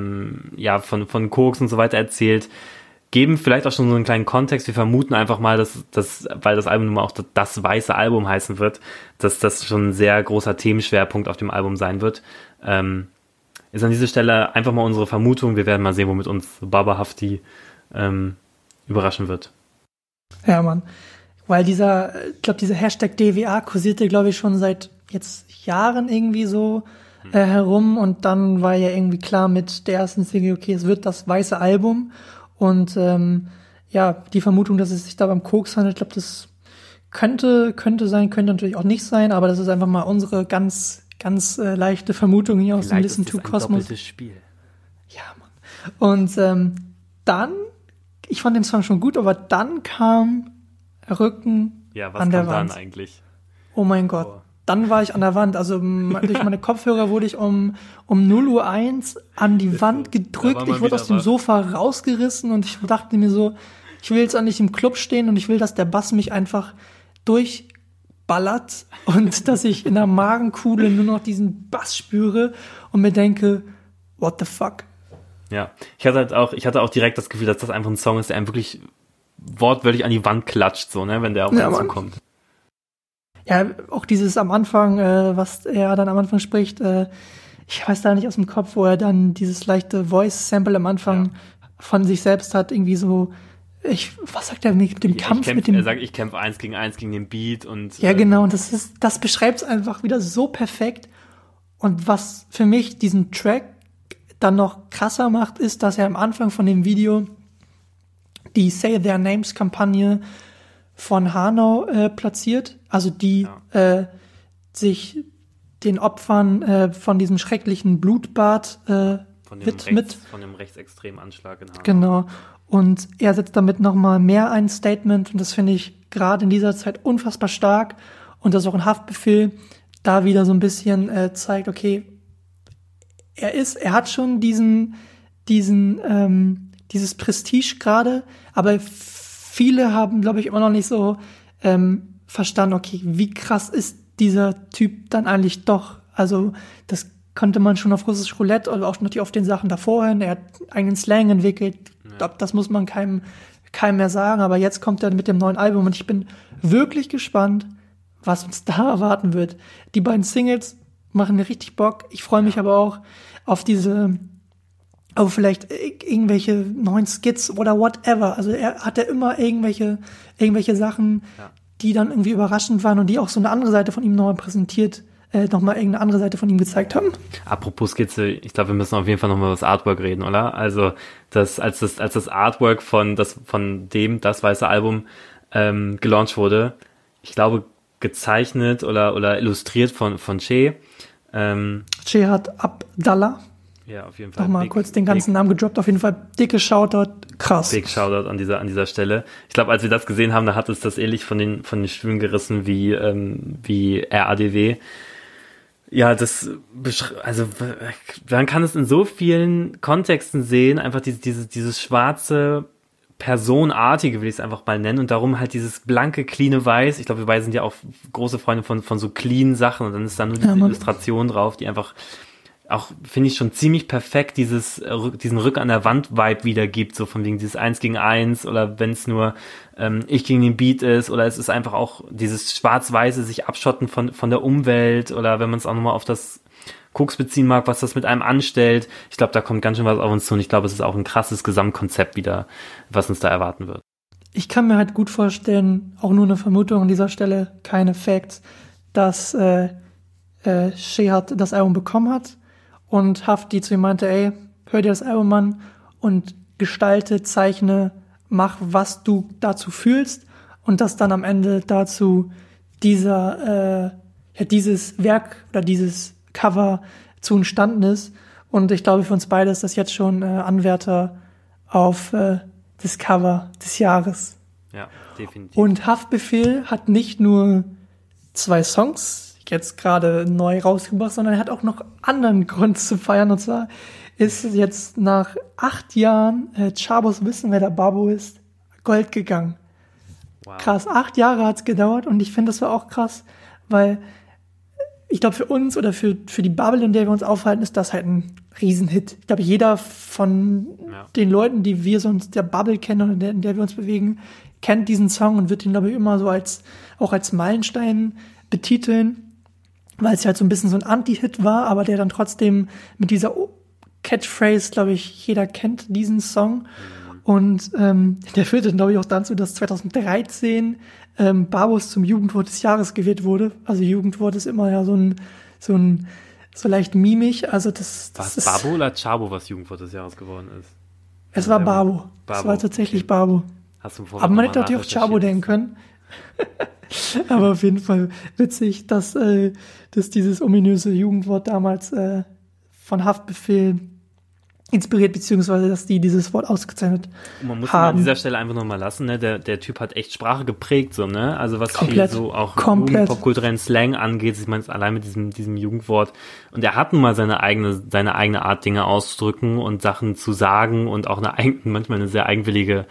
von Koks und so weiter erzählt, geben vielleicht auch schon so einen kleinen Kontext. Wir vermuten einfach mal, dass weil das Album nun mal auch das weiße Album heißen wird, dass das schon ein sehr großer Themenschwerpunkt auf dem Album sein wird. Ist an dieser Stelle einfach mal unsere Vermutung. Wir werden mal sehen, womit uns Baba Hafti überraschen wird. Ja, Mann. Weil dieser Hashtag DWA kursierte, glaube ich, schon seit jetzt Jahren irgendwie so herum. Und dann war ja irgendwie klar mit der ersten Single, okay, es wird das weiße Album. Und die Vermutung, dass es sich da beim Koks handelt, ich glaube, das könnte sein, könnte natürlich auch nicht sein, aber das ist einfach mal unsere ganz leichte Vermutung hier aus dem Listen to Cosmos. Spiel. Ja, Mann. Und dann, ich fand den Song schon gut, aber dann kam Rücken an der Wand. Was kam dann eigentlich? Oh mein Gott. Dann war ich an der Wand. Also durch meine Kopfhörer wurde ich um 0:01 Uhr an die Wand gedrückt. Ich wurde aus dem Sofa rausgerissen und ich dachte mir so, ich will jetzt eigentlich im Club stehen und ich will, dass der Bass mich einfach durchballert und dass ich in der Magenkuhle nur noch diesen Bass spüre und mir denke, what the fuck? Ja, ich hatte auch direkt das Gefühl, dass das einfach ein Song ist, der einem wirklich wortwörtlich an die Wand klatscht, so, ne, wenn der auf einen zukommt. Ja, auch dieses am Anfang, was er dann am Anfang spricht, ich weiß da nicht aus dem Kopf, wo er dann dieses leichte Voice-Sample am Anfang von sich selbst hat, irgendwie so, was sagt er mit dem Kampf? Er sagt, ich kämpfe 1 gegen 1 gegen den Beat und. Ja, genau, und das beschreibt es einfach wieder so perfekt. Und was für mich diesen Track dann noch krasser macht, ist, dass er am Anfang von dem Video die Say Their Names Kampagne von Hanau platziert, also die sich den Opfern von diesem schrecklichen Blutbad widmet. Von dem rechtsextremen Anschlag in Hanau. Genau. Und er setzt damit nochmal mehr ein Statement und das finde ich gerade in dieser Zeit unfassbar stark und dass auch ein Haftbefehl da wieder so ein bisschen zeigt, okay, er hat schon dieses Prestige gerade, aber viele haben, glaube ich, immer noch nicht so verstanden, okay, wie krass ist dieser Typ dann eigentlich doch? Also das konnte man schon auf Russisch Roulette oder auch natürlich auf den Sachen davor hin. Er hat eigenen Slang entwickelt. Ich glaube, das muss man keinem mehr sagen. Aber jetzt kommt er mit dem neuen Album und ich bin wirklich gespannt, was uns da erwarten wird. Die beiden Singles machen mir richtig Bock. Ich freue mich aber auch auf vielleicht irgendwelche neuen Skits oder whatever. Also er hat ja immer irgendwelche Sachen, die dann irgendwie überraschend waren und die auch so eine andere Seite von ihm nochmal präsentiert, nochmal irgendeine andere Seite von ihm gezeigt haben. Apropos Skizze, ich glaube, wir müssen auf jeden Fall nochmal über das Artwork reden, oder? Also als das Artwork von das weiße Album gelauncht wurde, ich glaube, gezeichnet oder illustriert von Che. Cihat Abdallah. Ja, auf jeden Fall. Nochmal kurz den ganzen Namen gedroppt. Auf jeden Fall dicke Shoutout. Krass. Big Shoutout an dieser Stelle. Ich glaube, als wir das gesehen haben, da hat es das ähnlich von den Stühlen gerissen wie RADW. Ja, also man kann es in so vielen Kontexten sehen, einfach dieses schwarze, Personartige, will ich es einfach mal nennen, und darum halt dieses blanke, cleane Weiß. Ich glaube, wir beide sind ja auch große Freunde von so clean Sachen, und dann ist da nur diese Illustration drauf, die einfach auch, finde ich, schon ziemlich perfekt diesen Rück an der Wand-Vibe wiedergibt, so von wegen dieses 1 gegen 1, oder wenn es nur ich gegen den Beat ist, oder es ist einfach auch dieses schwarz-weiße sich abschotten von der Umwelt, oder wenn man es auch nochmal auf das Koks beziehen mag, was das mit einem anstellt. Ich glaube, da kommt ganz schön was auf uns zu, und ich glaube, es ist auch ein krasses Gesamtkonzept wieder, was uns da erwarten wird. Ich kann mir halt gut vorstellen, auch nur eine Vermutung an dieser Stelle, keine Facts, dass Cihat das Album bekommen hat und Hafti zu ihm meinte, ey, hör dir das Album an und gestalte, zeichne, mach, was du dazu fühlst, und dass dann am Ende dazu dieses Werk oder dieses Cover zu entstanden ist. Und ich glaube, für uns beide ist das jetzt schon Anwärter auf das Cover des Jahres. Ja, definitiv. Und Haftbefehl hat nicht nur 2 Songs jetzt gerade neu rausgebracht, sondern er hat auch noch anderen Grund zu feiern. Und zwar ist jetzt nach 8 Jahren Chabos Wissen, wer der Babo ist, Gold gegangen. Wow. Krass, 8 Jahre hat's gedauert, und ich finde, das war auch krass, weil ich glaube, für uns oder für die Bubble, in der wir uns aufhalten, ist das halt ein Riesenhit. Ich glaube, jeder von den Leuten, die wir sonst der Bubble kennen oder in der wir uns bewegen, kennt diesen Song und wird ihn, glaube ich, immer so als Meilenstein betiteln, weil es halt so ein bisschen so ein Anti-Hit war, aber der dann trotzdem mit dieser Catchphrase, glaube ich, jeder kennt diesen Song. Und der führte, glaube ich, auch dazu, dass 2013 Babos zum Jugendwort des Jahres gewählt wurde. Also Jugendwort ist immer ja so leicht mimisch. Also das ist Babo oder Chabo, was Jugendwort des Jahres geworden ist? Es war Babo. Es war tatsächlich Babo. Hast du aber man hätte natürlich auch Chabo denken können. Aber auf jeden Fall witzig, dass dieses ominöse Jugendwort damals von Haftbefehl inspiriert, beziehungsweise dass die dieses Wort ausgezeichnet haben. Man muss an dieser Stelle einfach nochmal lassen, ne? Der Typ hat echt Sprache geprägt, so, ne? Also was komplett, viel so auch popkulturellen Slang angeht, ich meine, allein mit diesem Jugendwort. Und er hat nun mal seine eigene Art, Dinge auszudrücken und Sachen zu sagen, und auch manchmal eine sehr eigenwillige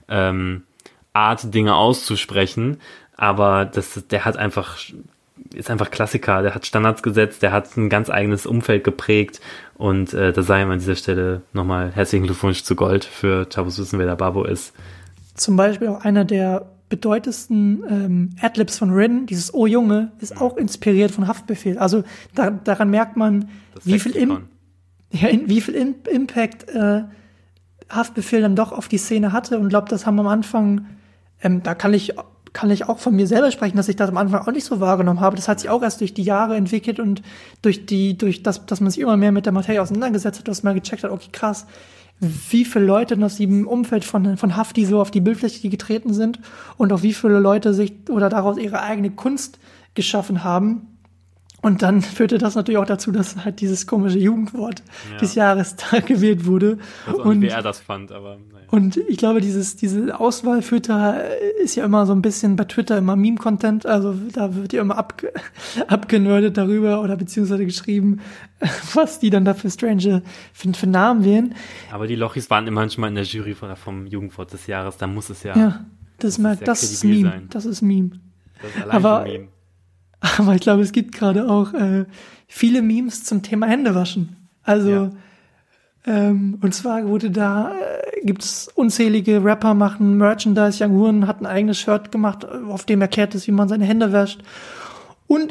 Art, Dinge auszusprechen. Aber der hat ist einfach Klassiker, der hat Standards gesetzt, der hat ein ganz eigenes Umfeld geprägt, und da sei ihm an dieser Stelle nochmal herzlichen Glückwunsch zu Gold für Chabos Wissen, wer der Babo ist. Zum Beispiel auch einer der bedeutendsten Adlibs von Rin, dieses Oh Junge, ist auch inspiriert von Haftbefehl. Also daran merkt man, wie viel Impact Haftbefehl dann doch auf die Szene hatte, und glaube, das haben am Anfang, da kann ich auch von mir selber sprechen, dass ich das am Anfang auch nicht so wahrgenommen habe. Das hat sich auch erst durch die Jahre entwickelt und durch das, dass man sich immer mehr mit der Materie auseinandergesetzt hat, dass man gecheckt hat, okay, krass, wie viele Leute aus dem Umfeld von Hafti so auf die Bildfläche getreten sind, und auch wie viele Leute sich oder daraus ihre eigene Kunst geschaffen haben. Und dann führte das natürlich auch dazu, dass halt dieses komische Jugendwort des Jahres da gewählt wurde. Ich weiß auch nicht, wie er das fand, aber naja. Und ich glaube, diese Auswahl ist ja immer so ein bisschen bei Twitter immer Meme-Content. Also da wird ja immer abgenördet darüber oder beziehungsweise geschrieben, was die dann da für strange für Namen wählen. Aber die Lochis waren immer manchmal in der Jury vom Jugendwort des Jahres. Da muss es ja. Ja, das ist Meme. Sein. Das ist Meme. Das ist allein schon Meme. Aber ich glaube, es gibt gerade auch viele Memes zum Thema Händewaschen. Also, und zwar gibt's unzählige Rapper machen Merchandise. Young Horn hat ein eigenes Shirt gemacht, auf dem erklärt ist, wie man seine Hände wäscht. Und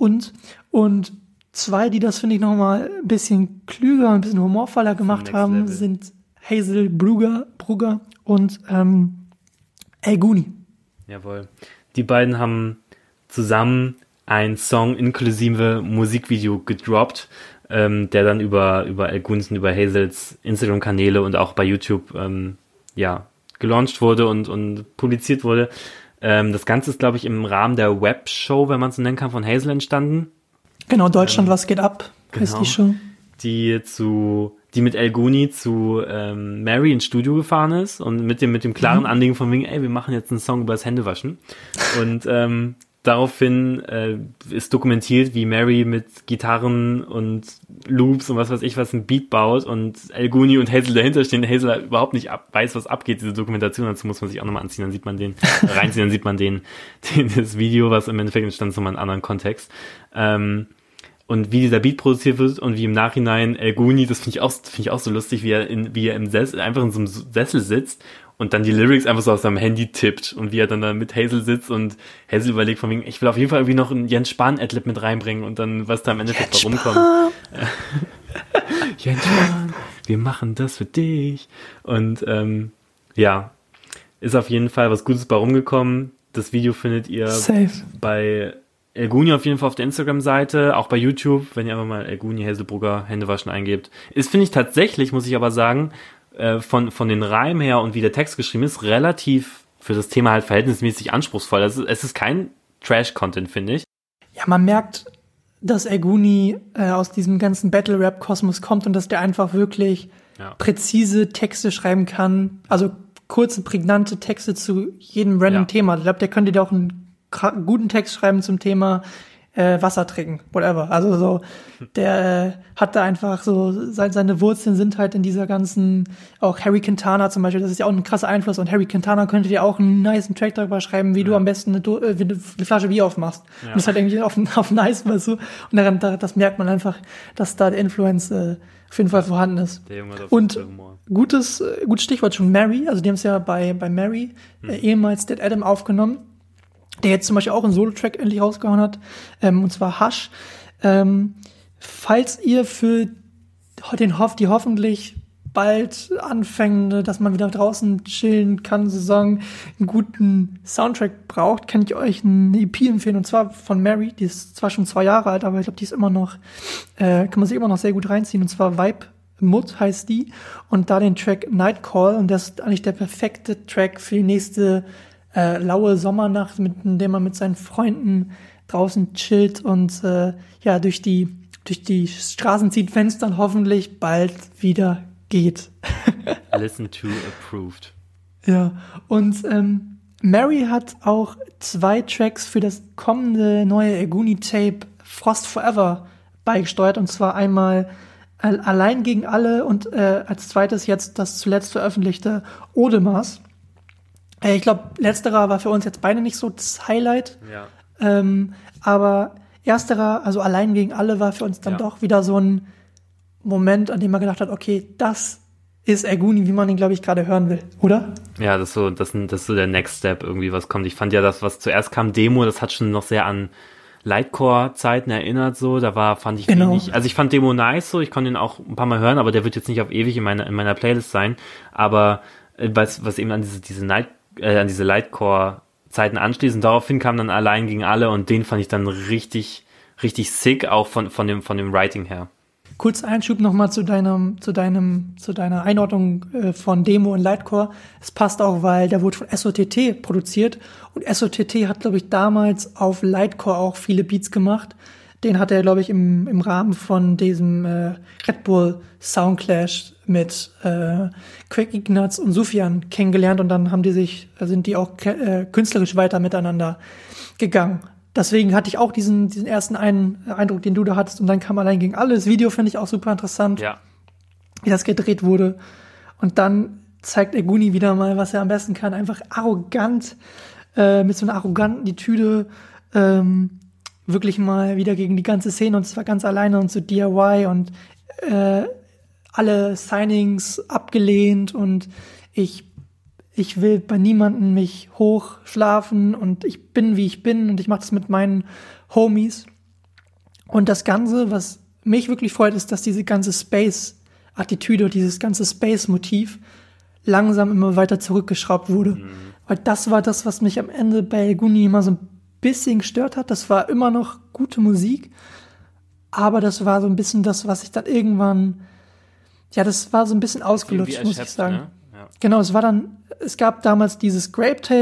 2, die das, finde ich, nochmal ein bisschen klüger, ein bisschen humorvoller gemacht haben, sind Hazel Brugger und El Guni. Jawohl. Die beiden haben zusammen ein Song inklusive Musikvideo gedroppt, der dann über El Gunis und über Hazels Instagram-Kanäle und auch bei YouTube gelauncht wurde und publiziert wurde. Das Ganze ist, glaube ich, im Rahmen der Webshow, wenn man es so nennen kann, von Hazel entstanden. Genau, Deutschland, was geht ab, heißt die Show. Die mit El Guni zu Mary ins Studio gefahren ist und mit dem klaren Anliegen von wegen, ey, wir machen jetzt einen Song über das Händewaschen. Und daraufhin ist dokumentiert, wie Mary mit Gitarren und Loops und was weiß ich was ein Beat baut und El Guni und Hazel dahinter stehen. Hazel überhaupt nicht weiß, was abgeht, diese Dokumentation. Dazu muss man sich auch nochmal anziehen, dann sieht man reinziehen, dann sieht man das Video, was im Endeffekt entstand, so mal in einem anderen Kontext. Und wie dieser Beat produziert wird und wie im Nachhinein El Guni, das finde ich auch so lustig, wie er im Sessel, einfach in so einem Sessel sitzt und dann die Lyrics einfach so aus seinem Handy tippt und wie er dann da mit Hazel sitzt und Hazel überlegt von wegen, ich will auf jeden Fall irgendwie noch einen Jens Spahn-Adlib mit reinbringen und dann, was da am Endeffekt rumkommt. Jens Spahn, wir machen das für dich. Und ist auf jeden Fall was Gutes bei rumgekommen. Das Video findet ihr bei El Guni auf jeden Fall auf der Instagram-Seite, auch bei YouTube, wenn ihr einfach mal El Guni, Hazelbrugger, Händewaschen eingebt. Ist, finde ich tatsächlich, muss ich aber sagen, von den Reimen her und wie der Text geschrieben ist, relativ für das Thema halt verhältnismäßig anspruchsvoll. Es ist kein Trash-Content, finde ich. Ja, man merkt, dass El Guni aus diesem ganzen Battle-Rap-Kosmos kommt und dass der einfach wirklich präzise Texte schreiben kann. Also kurze, prägnante Texte zu jedem random Thema. Ich glaube, der könnte dir auch einen guten Text schreiben zum Thema Wasser trinken, whatever. Also so, der hat da einfach so, seine Wurzeln sind halt in dieser ganzen, auch Harry Quintana zum Beispiel, das ist ja auch ein krasser Einfluss und Harry Quintana könnte dir auch einen nicen Track darüber schreiben, wie du am besten eine Flasche Bier aufmachst. Ja. Und das ist halt irgendwie auf nice, weißt du. Und das merkt man einfach, dass da der Influence auf jeden Fall vorhanden ist. Der Junge hat auf und gutes Stichwort schon, Mary, also die haben es ja bei Mary, ehemals Dead Adam aufgenommen, der jetzt zum Beispiel auch einen Solo-Track endlich rausgehauen hat, und zwar Hush. Falls ihr für die hoffentlich bald anfängende, dass man wieder draußen chillen kann, Saison, einen guten Soundtrack braucht, kann ich euch eine EP empfehlen, und zwar von Mary, die ist zwar schon 2 Jahre alt, aber ich glaube, die ist immer noch, kann man sich immer noch sehr gut reinziehen, und zwar Vibe Mut heißt die, und da den Track Night Call, und das ist eigentlich der perfekte Track für die nächste laue Sommernacht, mit dem man mit seinen Freunden draußen chillt und durch die Straßen zieht, wenn es dann hoffentlich bald wieder geht. Listen to approved. Ja, und Mary hat auch 2 Tracks für das kommende neue El Guni-Tape Frost Forever beigesteuert, und zwar einmal Allein gegen alle und als zweites jetzt das zuletzt veröffentlichte Odemas. Ich glaube, letzterer war für uns jetzt beide nicht so das Highlight. Ja. Aber ersterer, also Allein gegen alle, war für uns dann doch wieder so ein Moment, an dem man gedacht hat, okay, das ist El Guni, wie man ihn, glaube ich, gerade hören will, oder? Ja, das ist so der Next Step irgendwie, was kommt. Ich fand ja das, was zuerst kam, Demo, das hat schon noch sehr an Lightcore-Zeiten erinnert, so. fand ich wenig. Also ich fand Demo nice, so. Ich konnte ihn auch ein paar Mal hören, aber der wird jetzt nicht auf ewig in meiner Playlist sein. Aber was eben an diese Lightcore-Zeiten anschließend. Daraufhin kam dann Allein gegen alle und den fand ich dann richtig, richtig sick, auch von dem Writing her. Kurz Einschub nochmal zu deiner Einordnung von Demo und Lightcore. Es passt auch, weil der wurde von SOTT produziert und SOTT hat, glaube ich, damals auf Lightcore auch viele Beats gemacht. Den hat er, glaube ich, im Rahmen von diesem Red Bull Soundclash mit Craig Ignatz und Sufjan kennengelernt, und dann sind die auch künstlerisch weiter miteinander gegangen. Deswegen hatte ich auch diesen ersten Eindruck, den du da hattest, und dann kam Allein gegen alle. Das Video finde ich auch super interessant, wie das gedreht wurde. Und dann zeigt El Guni wieder mal, was er am besten kann. Einfach arrogant, mit so einer arroganten Attitüde, wirklich mal wieder gegen die ganze Szene, und zwar ganz alleine und so DIY und alle Signings abgelehnt, und ich will bei niemandem mich hochschlafen und ich bin, wie ich bin, und ich mache das mit meinen Homies. Und das Ganze, was mich wirklich freut, ist, dass diese ganze Space-Attitüde, dieses ganze Space-Motiv langsam immer weiter zurückgeschraubt wurde. Weil das war das, was mich am Ende bei El Guni immer so ein bisschen gestört hat. Das war immer noch gute Musik, aber das war so ein bisschen das, was ich dann irgendwann, das war so ein bisschen ausgelutscht, muss ich sagen. Ne? Ja. Genau, es gab damals dieses Grape Tape,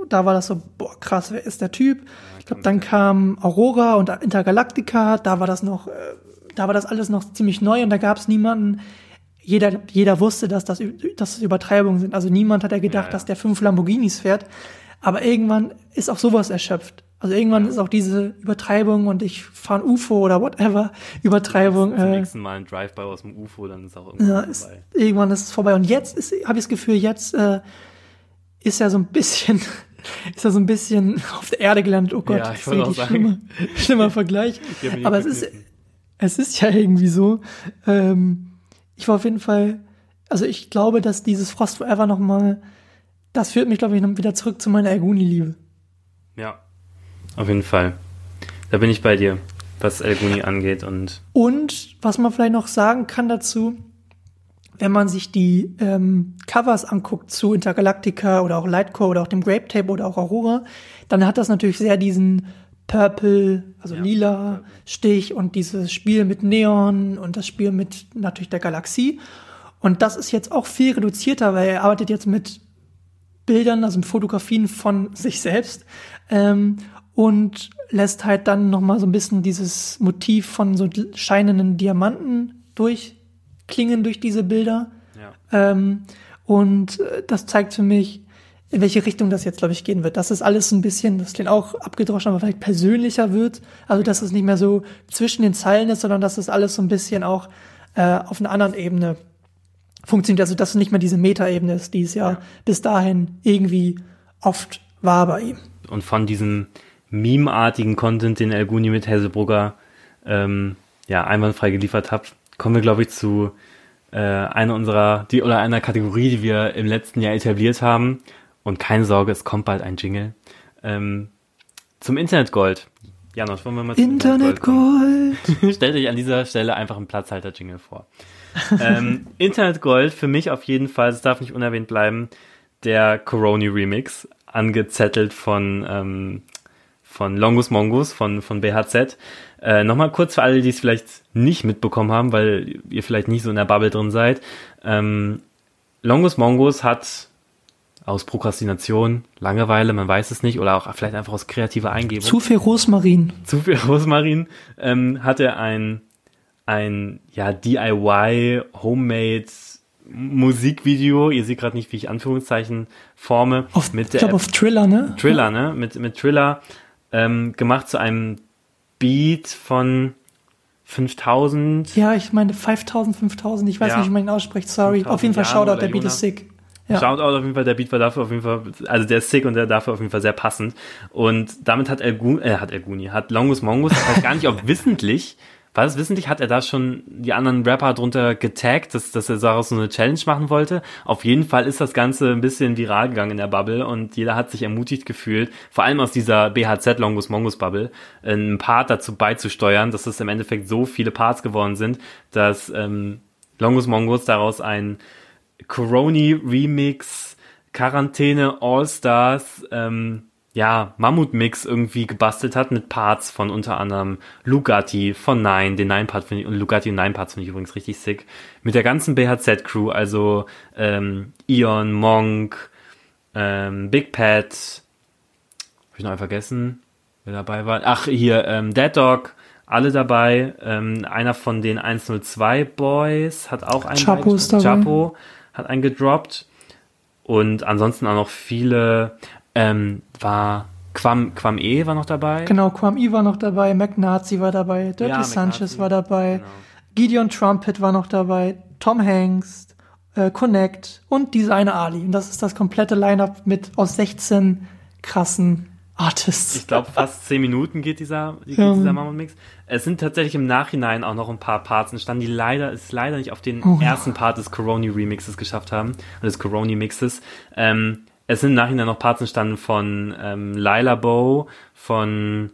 da war das so, boah, krass, wer ist der Typ? Ich glaube, dann kam Aurora und Intergalactica, da war das alles noch ziemlich neu und da gab es niemanden. Jeder wusste, dass das Übertreibungen sind. Also niemand hat ja gedacht, dass der 5 Lamborghinis fährt. Aber irgendwann ist auch sowas erschöpft. Also irgendwann ist auch diese Übertreibung und ich fahre ein UFO oder whatever, Übertreibung. Zum nächsten Mal ein Drive-By aus dem UFO, dann ist auch irgendwann vorbei. Irgendwann ist es vorbei. Und jetzt habe ich das Gefühl, jetzt ist er so ein bisschen auf der Erde gelandet. Oh Gott, ich wollte auch sagen. Schlimmer Vergleich. Aber es ist ja irgendwie so. Ich war auf jeden Fall, also ich glaube, dass dieses Frost Forever nochmal, das führt mich, glaube ich, noch wieder zurück zu meiner Elguni-Liebe. Ja, auf jeden Fall. Da bin ich bei dir, was Elguni angeht. Und was man vielleicht noch sagen kann dazu, wenn man sich die Covers anguckt zu Intergalactica oder auch Lightcore oder auch dem Grape Tape oder auch Aurora, dann hat das natürlich sehr diesen Purple, also lila Stich und dieses Spiel mit Neon und das Spiel mit natürlich der Galaxie. Und das ist jetzt auch viel reduzierter, weil er arbeitet jetzt mit Bildern, also mit Fotografien von sich selbst und lässt halt dann nochmal so ein bisschen dieses Motiv von so scheinenden Diamanten durchklingen durch diese Bilder. Ja. Und das zeigt für mich, in welche Richtung das jetzt, glaube ich, gehen wird. Dass es alles ein bisschen, das klingt auch abgedroschen, aber vielleicht persönlicher wird. Also, dass es nicht mehr so zwischen den Zeilen ist, sondern dass es alles so ein bisschen auch auf einer anderen Ebene funktioniert. Also, dass es nicht mehr diese Meta-Ebene ist, die es ja bis dahin irgendwie oft war bei ihm. Und von diesem Meme-artigen Content, den Elguni mit Hazelbrugger einwandfrei geliefert hat, kommen wir, glaube ich, zu einer Kategorie, die wir im letzten Jahr etabliert haben. Und keine Sorge, es kommt bald ein Jingle. Zum Internetgold. Janosch, wollen wir mal zum Internetgold kommen? Stellt euch an dieser Stelle einfach einen Platzhalter-Jingle vor. Internetgold für mich auf jeden Fall, es darf nicht unerwähnt bleiben, der Coroni-Remix, angezettelt von Longus Mongus, von BHZ. Nochmal kurz für alle, die es vielleicht nicht mitbekommen haben, weil ihr vielleicht nicht so in der Bubble drin seid. Longus Mongus hat aus Prokrastination, Langeweile, man weiß es nicht, oder auch vielleicht einfach aus kreativer Eingebung. Zu viel Rosmarin, hat er ein DIY, Homemade Musikvideo, ihr seht gerade nicht, wie ich Anführungszeichen forme. Auf Triller, ne? Triller, ne? Mit Triller gemacht zu einem Beat von 5000. Ja, ich meine 5000, ich weiß nicht, wie man ihn ausspricht, sorry. Auf jeden Fall Shoutout, der Beat ist sick. Ja. Shoutout auf jeden Fall, der Beat war dafür auf jeden Fall, also der ist sick und der dafür auf jeden Fall sehr passend. Und damit hat Longus Mongus, ich weiß gar nicht, ob wissentlich, hat er da schon die anderen Rapper drunter getaggt, dass er daraus so eine Challenge machen wollte. Auf jeden Fall ist das Ganze ein bisschen viral gegangen in der Bubble und jeder hat sich ermutigt gefühlt, vor allem aus dieser BHZ Longus Mongus Bubble, einen Part dazu beizusteuern, dass es im Endeffekt so viele Parts geworden sind, dass Longus Mongus daraus ein Coroni-Remix, Quarantäne, All-Stars, Mammut-Mix irgendwie gebastelt hat mit Parts von unter anderem Lugatti, von Nine, den Nine-Part finde ich, und Lugatti und Nine-Parts finde ich übrigens richtig sick. Mit der ganzen BHZ-Crew, also Ion, Monk, Big Pat, hab ich noch einen vergessen, wer dabei war? Ach, hier, Dead Dog, alle dabei. Einer von den 102 Boys hat auch einen Chapo hat einen gedroppt. Und ansonsten auch noch viele, war Quam E war noch dabei. Genau, Quam E war noch dabei, McNazi war dabei, Dirty Sanchez war dabei, genau. Gideon Trumpet war noch dabei, Tom Hanks, Connect und Designer Ali. Und das ist das komplette Line-Up aus 16 krassen Artists. Ich glaube, fast 10 Minuten geht dieser Mammut-Mix. Es sind tatsächlich im Nachhinein auch noch ein paar Parts entstanden, die leider nicht auf den ersten Part des Coroni-Remixes geschafft haben, oder des Coroni-Mixes. Es sind im Nachhinein noch Parts entstanden von Laila Bow, von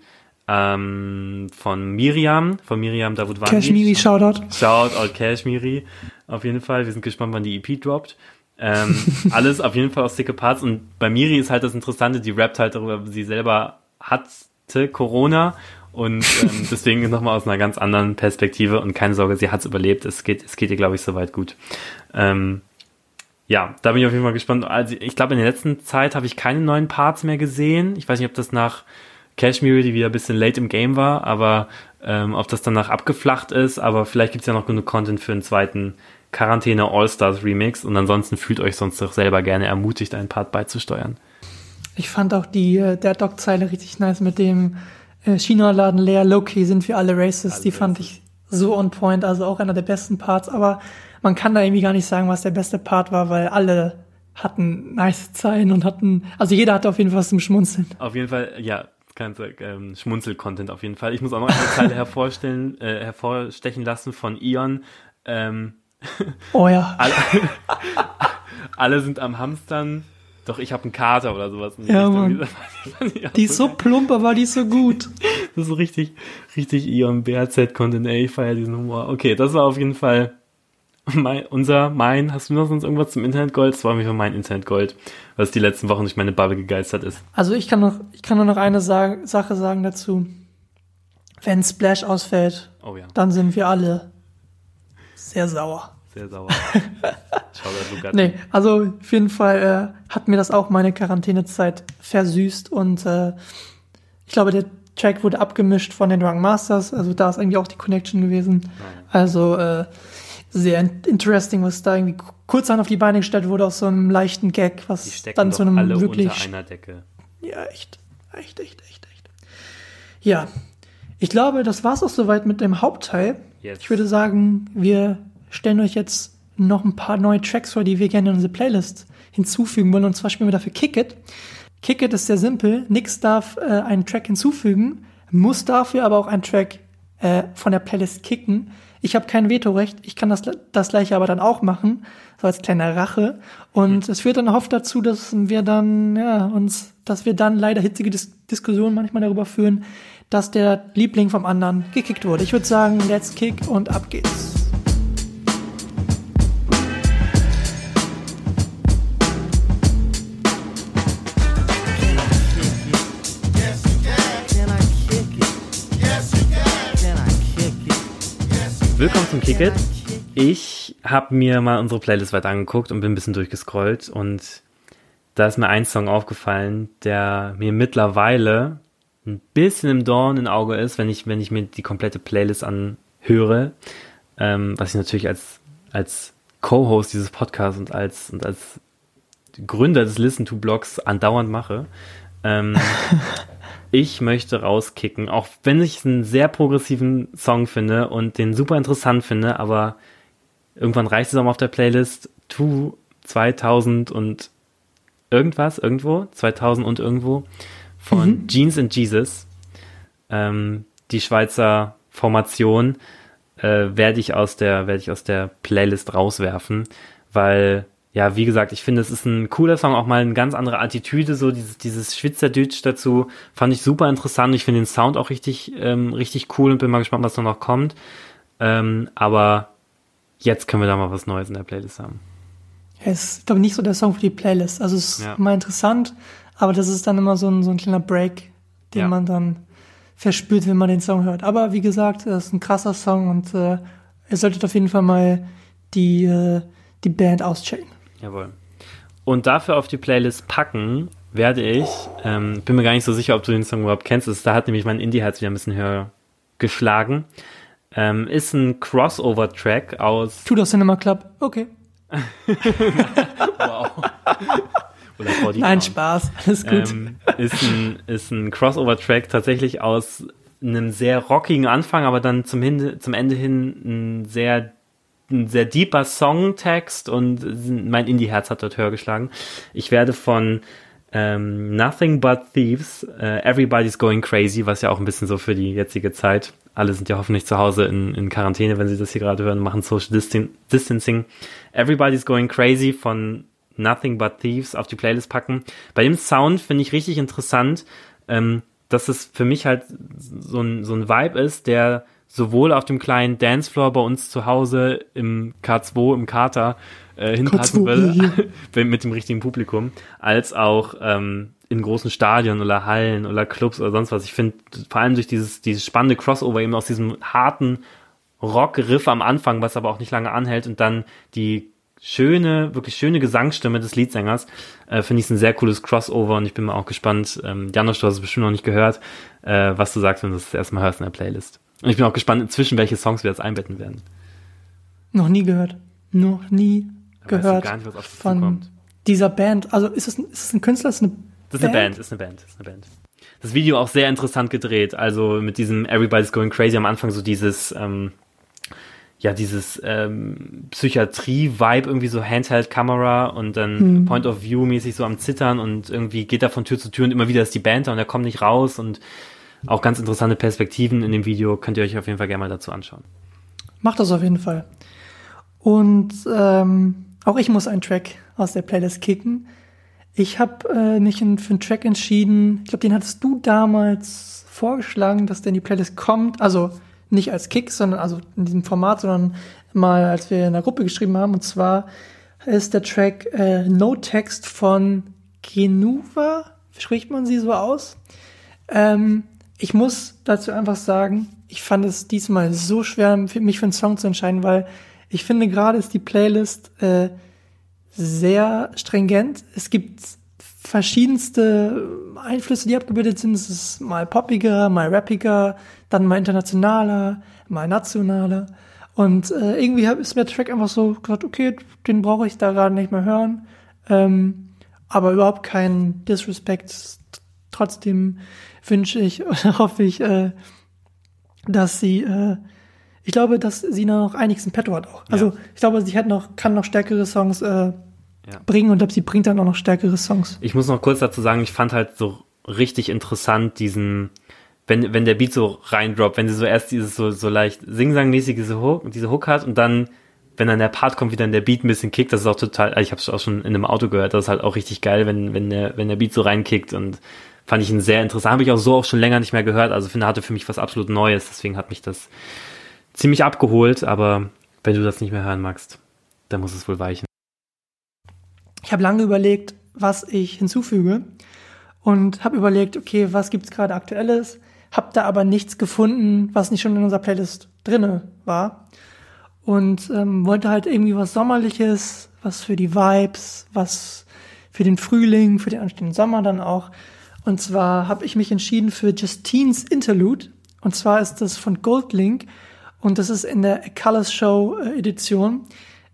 Miriam, Davutwani. Kashmiri, Shoutout Kashmiri, auf jeden Fall. Wir sind gespannt, wann die EP droppt. Alles auf jeden Fall aus dicke Parts. Und bei Miri ist halt das Interessante, die rappt halt darüber, sie selber hatte Corona und deswegen nochmal aus einer ganz anderen Perspektive. Und keine Sorge, sie hat's überlebt. Es geht ihr, glaube ich, soweit gut. ja, da bin ich auf jeden Fall gespannt. Also ich glaube, in der letzten Zeit habe ich keine neuen Parts mehr gesehen. Ich weiß nicht, ob das nach Cashmere, die wieder ein bisschen late im Game war, aber ob das danach abgeflacht ist. Aber vielleicht gibt es ja noch genug Content für einen zweiten Quarantäne All-Stars Remix. Und ansonsten fühlt euch sonst doch selber gerne ermutigt, einen Part beizusteuern. Ich fand auch der Doc-Zeile richtig nice mit dem China-Laden leer, low-key sind wir alle racist. Die fand ich so on point, also auch einer der besten Parts. Aber man kann da irgendwie gar nicht sagen, was der beste Part war, weil alle hatten nice Zeilen und also jeder hatte auf jeden Fall was zum Schmunzeln. Auf jeden Fall, ja, ganze Schmunzel-Content auf jeden Fall. Ich muss auch noch eine Zeile hervorstechen lassen von Ion. Oh ja. Alle sind am Hamstern, doch ich habe einen Kater oder sowas. Ja, Mann. Die ist so plump, aber die ist so gut. Das ist so richtig Ion BRZ-Content, ey, ich feiere diesen Humor. Okay, das war auf jeden Fall hast du noch sonst irgendwas zum Internetgold? Das war auf jeden Fall mein Internetgold, was die letzten Wochen durch meine Bubble gegeistert ist. Also ich kann nur noch eine Sache sagen dazu. Wenn Splash ausfällt, dann sind wir alle sehr sauer. Sehr sauer. Shoutout Lugatti. Nee, also auf jeden Fall hat mir das auch meine Quarantänezeit versüßt und ich glaube, der Track wurde abgemischt von den Drunk Masters, also da ist irgendwie auch die Connection gewesen. Also sehr interesting, was da irgendwie kurzerhand auf die Beine gestellt wurde aus so einem leichten Gag, was dann zu einem alle wirklich unter einer Decke. Ja, echt. Ja, ich glaube, das war's auch soweit mit dem Hauptteil. Yes. Ich würde sagen, wir stellen euch jetzt noch ein paar neue Tracks vor, die wir gerne in unsere Playlist hinzufügen wollen. Und zwar spielen wir dafür Kick It. Kick It ist sehr simpel. Nix darf einen Track hinzufügen, muss dafür aber auch einen Track von der Playlist kicken. Ich habe kein Vetorecht. Ich kann das gleiche aber dann auch machen, so als kleine Rache. Und es führt dann oft dazu, dass wir dann leider hitzige Diskussionen manchmal darüber führen, dass der Liebling vom anderen gekickt wurde. Ich würde sagen, let's kick und ab geht's. Willkommen zum Kick It. Ich habe mir mal unsere Playlist weiter angeguckt und bin ein bisschen durchgescrollt und da ist mir ein Song aufgefallen, der mir mittlerweile ein bisschen im Dorn im Auge ist, wenn ich mir die komplette Playlist anhöre, was ich natürlich als Co-Host dieses Podcasts und als Gründer des Listen-to-Blogs andauernd mache. Ich möchte rauskicken, auch wenn ich einen sehr progressiven Song finde und den super interessant finde, aber irgendwann reicht es auch mal auf der Playlist 2000 und irgendwo von Jeans and Jesus. Die Schweizer Formation werde ich aus der Playlist rauswerfen, weil ja, wie gesagt, ich finde, es ist ein cooler Song, auch mal eine ganz andere Attitüde, so dieses Schweizerdeutsch dazu, fand ich super interessant. Ich finde den Sound auch richtig cool und bin mal gespannt, was da noch kommt. Aber jetzt können wir da mal was Neues in der Playlist haben. Ja, es ist, glaube ich, nicht so der Song für die Playlist. Also es ist immer interessant, aber das ist dann immer so ein kleiner Break, den man dann verspürt, wenn man den Song hört. Aber wie gesagt, das ist ein krasser Song und ihr solltet auf jeden Fall mal die Band auschecken. Jawohl. Und dafür auf die Playlist packen werde ich, bin mir gar nicht so sicher, ob du den Song überhaupt kennst, da hat nämlich mein Indie-Herz wieder ein bisschen höher geschlagen, ist ein Crossover-Track aus... Tudor Cinema Club, okay. Wow. Nein, Spaß, alles gut. Ist ein Crossover-Track tatsächlich aus einem sehr rockigen Anfang, aber dann zum Ende hin ein sehr deeper Songtext und mein Indie-Herz hat dort höher geschlagen. Ich werde von Nothing But Thieves, Everybody's Going Crazy, was ja auch ein bisschen so für die jetzige Zeit, alle sind ja hoffentlich zu Hause in Quarantäne, wenn sie das hier gerade hören, machen Social Distancing. Everybody's Going Crazy von Nothing But Thieves auf die Playlist packen. Bei dem Sound finde ich richtig interessant, dass es für mich halt so ein Vibe ist, der sowohl auf dem kleinen Dancefloor bei uns zu Hause im K2, im Kater hinpassen will, mit dem richtigen Publikum, als auch in großen Stadien oder Hallen oder Clubs oder sonst was. Ich finde vor allem durch dieses spannende Crossover eben aus diesem harten Rock-Riff am Anfang, was aber auch nicht lange anhält und dann die wirklich schöne Gesangsstimme des Leadsängers, finde ich es ein sehr cooles Crossover und ich bin mal auch gespannt, Janosch, du hast es bestimmt noch nicht gehört, was du sagst, wenn du das erstmal hörst in der Playlist. Und ich bin auch gespannt, inzwischen welche Songs wir jetzt einbetten werden. Noch nie gehört. Noch nie gehört gar nicht, was auf dich von zukommt. dieser Band. Also ist es ein Künstler? Ist Das ist eine Band. Das Video auch sehr interessant gedreht, also mit diesem Everybody's Going Crazy am Anfang so dieses Psychiatrie-Vibe, irgendwie so Handheld-Kamera und dann Point-of-View-mäßig so am Zittern und irgendwie geht er von Tür zu Tür und immer wieder ist die Band da und er kommt nicht raus und auch ganz interessante Perspektiven in dem Video, könnt ihr euch auf jeden Fall gerne mal dazu anschauen. Macht das auf jeden Fall. Und auch ich muss einen Track aus der Playlist kicken. Ich habe mich für einen Track entschieden, ich glaube, den hattest du damals vorgeschlagen, dass der in die Playlist kommt, also nicht als Kick, sondern also in diesem Format, sondern mal, als wir in der Gruppe geschrieben haben. Und zwar ist der Track No Text von Genuva. Spricht man sie so aus? Ich muss dazu einfach sagen, ich fand es diesmal so schwer, mich für einen Song zu entscheiden, weil ich finde, gerade ist die Playlist sehr stringent. Es gibt verschiedenste Einflüsse, die abgebildet sind. Es ist mal poppiger, mal rappiger, dann mal internationaler, mal nationaler. Und irgendwie ist mir der Track einfach so gesagt, okay, den brauche ich da gerade nicht mehr hören. Aber überhaupt kein Disrespect. Trotzdem wünsche ich oder hoffe ich, dass sie, ich glaube, dass sie noch einiges in petto hat auch. Also Ja. ich glaube, sie kann noch stärkere Songs bringen und glaube, sie bringt dann auch noch stärkere Songs. Ich muss noch kurz dazu sagen, ich fand halt so richtig interessant wenn der Beat so reindroppt, wenn sie so erst dieses so leicht Sing-Sang-mäßige diese Hook hat und dann, wenn dann der Part kommt, wieder in der Beat ein bisschen kickt, das ist auch total, ich habe es auch schon in einem Auto gehört, das ist halt auch richtig geil, wenn der Beat so reinkickt und fand ich sehr interessant, habe ich auch schon länger nicht mehr gehört, also hatte für mich was absolut Neues, deswegen hat mich das ziemlich abgeholt, aber wenn du das nicht mehr hören magst, dann muss es wohl weichen. Ich habe lange überlegt, was ich hinzufüge und habe überlegt, okay, was gibt's gerade Aktuelles, habe da aber nichts gefunden, was nicht schon in unserer Playlist drinne war und wollte halt irgendwie was Sommerliches, was für die Vibes, was für den Frühling, für den anstehenden Sommer dann auch. Und zwar habe ich mich entschieden für Justine's Interlude. Und zwar ist das von Goldlink und das ist in der Colors Show Edition.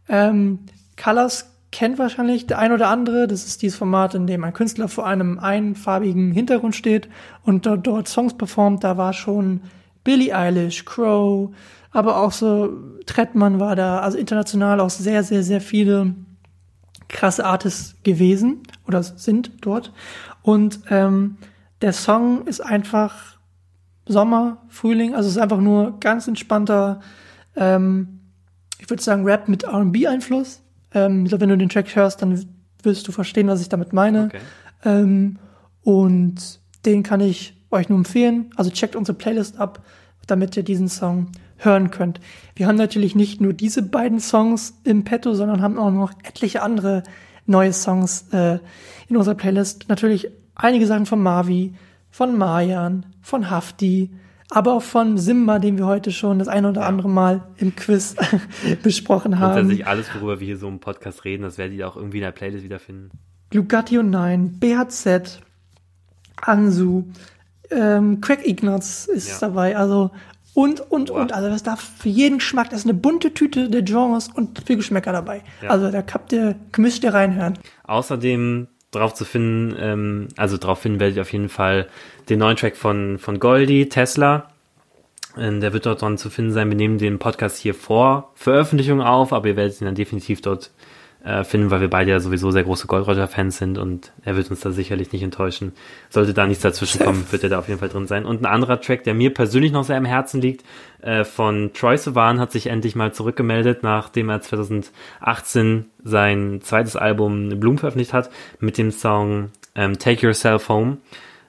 Colors kennt wahrscheinlich der ein oder andere. Das ist dieses Format, in dem ein Künstler vor einem einfarbigen Hintergrund steht und dort Songs performt. Da war schon Billie Eilish, Crow, aber auch so Trettmann war da. Also international auch sehr, sehr, sehr viele krasse Artists gewesen oder sind dort. Und der Song ist einfach Sommer, Frühling, also es ist einfach nur ganz entspannter, ich würde sagen Rap mit R&B-Einfluss. Ich glaube, wenn du den Track hörst, dann wirst du verstehen, was ich damit meine. Okay. Und den kann ich euch nur empfehlen. Also checkt unsere Playlist ab, damit ihr diesen Song hören könnt. Wir haben natürlich nicht nur diese beiden Songs im Petto, sondern haben auch noch etliche andere neue Songs in unserer Playlist. Natürlich einige Sachen von Marvi, von Marjan, von Hafti, aber auch von Simba, den wir heute schon das eine oder andere Mal im Quiz besprochen haben. Grundsätzlich alles, worüber wir hier so im Podcast reden, das werdet ihr auch irgendwie in der Playlist wiederfinden. Lugatti und Nein, BHZ, Ansu, Craig Ignatz ist dabei, also und. Also das darf für jeden Geschmack, das ist eine bunte Tüte der Genres und für Geschmäcker dabei. Ja. Also da müsst ihr reinhören. Außerdem drauf finden werdet ihr auf jeden Fall den neuen Track von Goldie, Tesla. Der wird dort dann zu finden sein. Wir nehmen den Podcast hier vor Veröffentlichung auf, aber ihr werdet ihn dann definitiv dort finden, weil wir beide ja sowieso sehr große Gold-Roger-Fans sind und er wird uns da sicherlich nicht enttäuschen. Sollte da nichts dazwischen kommen, wird er da auf jeden Fall drin sein. Und ein anderer Track, der mir persönlich noch sehr am Herzen liegt, von Troye Sivan, hat sich endlich mal zurückgemeldet, nachdem er 2018 sein zweites Album Bloom veröffentlicht hat, mit dem Song Take Yourself Home,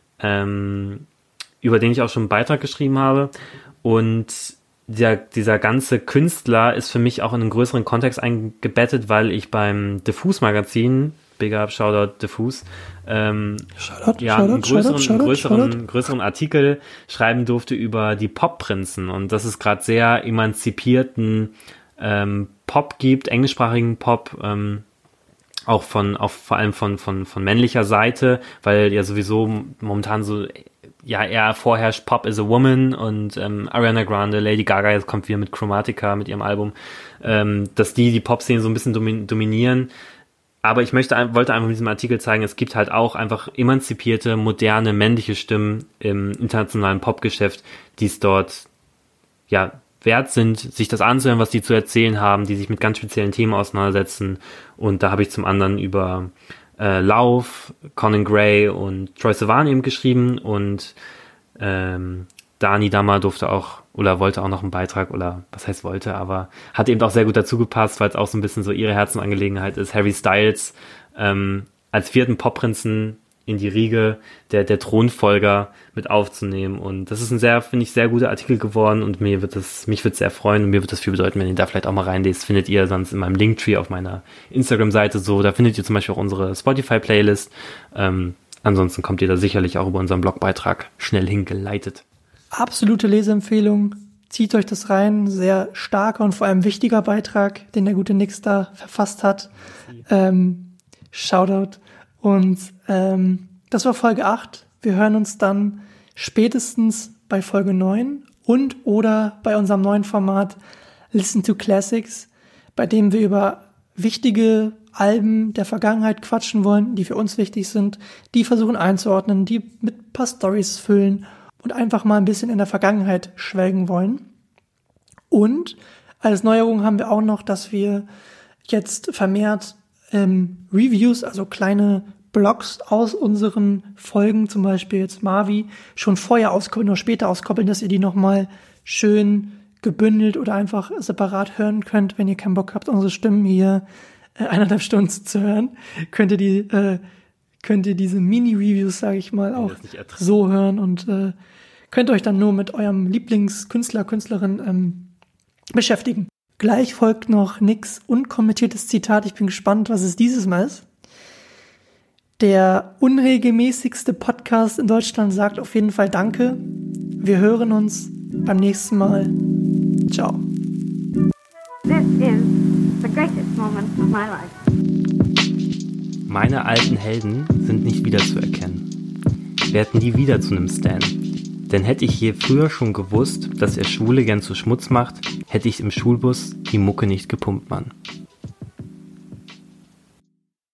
über den ich auch schon einen Beitrag geschrieben habe. Und dieser ganze Künstler ist für mich auch in einen größeren Kontext eingebettet, weil ich beim Diffus Magazin, Big Up, Shoutout Diffus, einen größeren Artikel schreiben durfte über die Pop-Prinzen und dass es gerade sehr emanzipierten Pop gibt, englischsprachigen Pop, auch vor allem von männlicher Seite, weil ja sowieso momentan so ja eher vorherrscht Pop is a Woman und Ariana Grande, Lady Gaga, jetzt kommt wieder mit Chromatica, mit ihrem Album, dass die Pop-Szene so ein bisschen dominieren. Aber ich wollte einfach mit diesem Artikel zeigen, es gibt halt auch einfach emanzipierte, moderne, männliche Stimmen im internationalen Popgeschäft, die es dort ja wert sind, sich das anzuhören, was die zu erzählen haben, die sich mit ganz speziellen Themen auseinandersetzen. Und da habe ich zum anderen über Lauf, Conan Gray und Troye Sivan eben geschrieben und Dani Dammer wollte auch noch einen Beitrag, oder was heißt wollte, aber hat eben auch sehr gut dazu gepasst, weil es auch so ein bisschen so ihre Herzensangelegenheit ist, Harry Styles als 4. Popprinzen in die Riege der Thronfolger mit aufzunehmen. Und das ist ein finde ich, sehr guter Artikel geworden und mich wird es sehr freuen und mir wird das viel bedeuten, wenn ihr da vielleicht auch mal reinlest. Findet ihr sonst in meinem Linktree auf meiner Instagram-Seite so. Da findet ihr zum Beispiel auch unsere Spotify-Playlist. Ansonsten kommt ihr da sicherlich auch über unseren Blogbeitrag schnell hingeleitet. Absolute Leseempfehlung. Zieht euch das rein. Sehr starker und vor allem wichtiger Beitrag, den der gute Nix da verfasst hat. Shoutout. Und das war Folge 8. Wir hören uns dann spätestens bei Folge 9 und oder bei unserem neuen Format Listen to Classics, bei dem wir über wichtige Alben der Vergangenheit quatschen wollen, die für uns wichtig sind, die versuchen einzuordnen, die mit ein paar Storys füllen und einfach mal ein bisschen in der Vergangenheit schwelgen wollen. Und als Neuerung haben wir auch noch, dass wir jetzt vermehrt Reviews, also kleine Blogs aus unseren Folgen, zum Beispiel jetzt Marvi, schon vorher auskoppeln oder später auskoppeln, dass ihr die nochmal schön gebündelt oder einfach separat hören könnt, wenn ihr keinen Bock habt, unsere Stimmen hier 1,5 Stunden zu hören, könnt ihr diese Mini-Reviews, sage ich mal, auch so hören und könnt euch dann nur mit eurem Lieblingskünstler, Künstlerin beschäftigen. Gleich folgt noch Nix unkommentiertes Zitat. Ich bin gespannt, was es dieses Mal ist. Der unregelmäßigste Podcast in Deutschland sagt auf jeden Fall Danke. Wir hören uns beim nächsten Mal. Ciao. This is the greatest moment of my life. Meine alten Helden sind nicht wiederzuerkennen. Werden nie wieder zu einem Stan. Denn hätte ich je früher schon gewusst, dass er Schwule gern zu Schmutz macht, hätte ich im Schulbus die Mucke nicht gepumpt, Mann.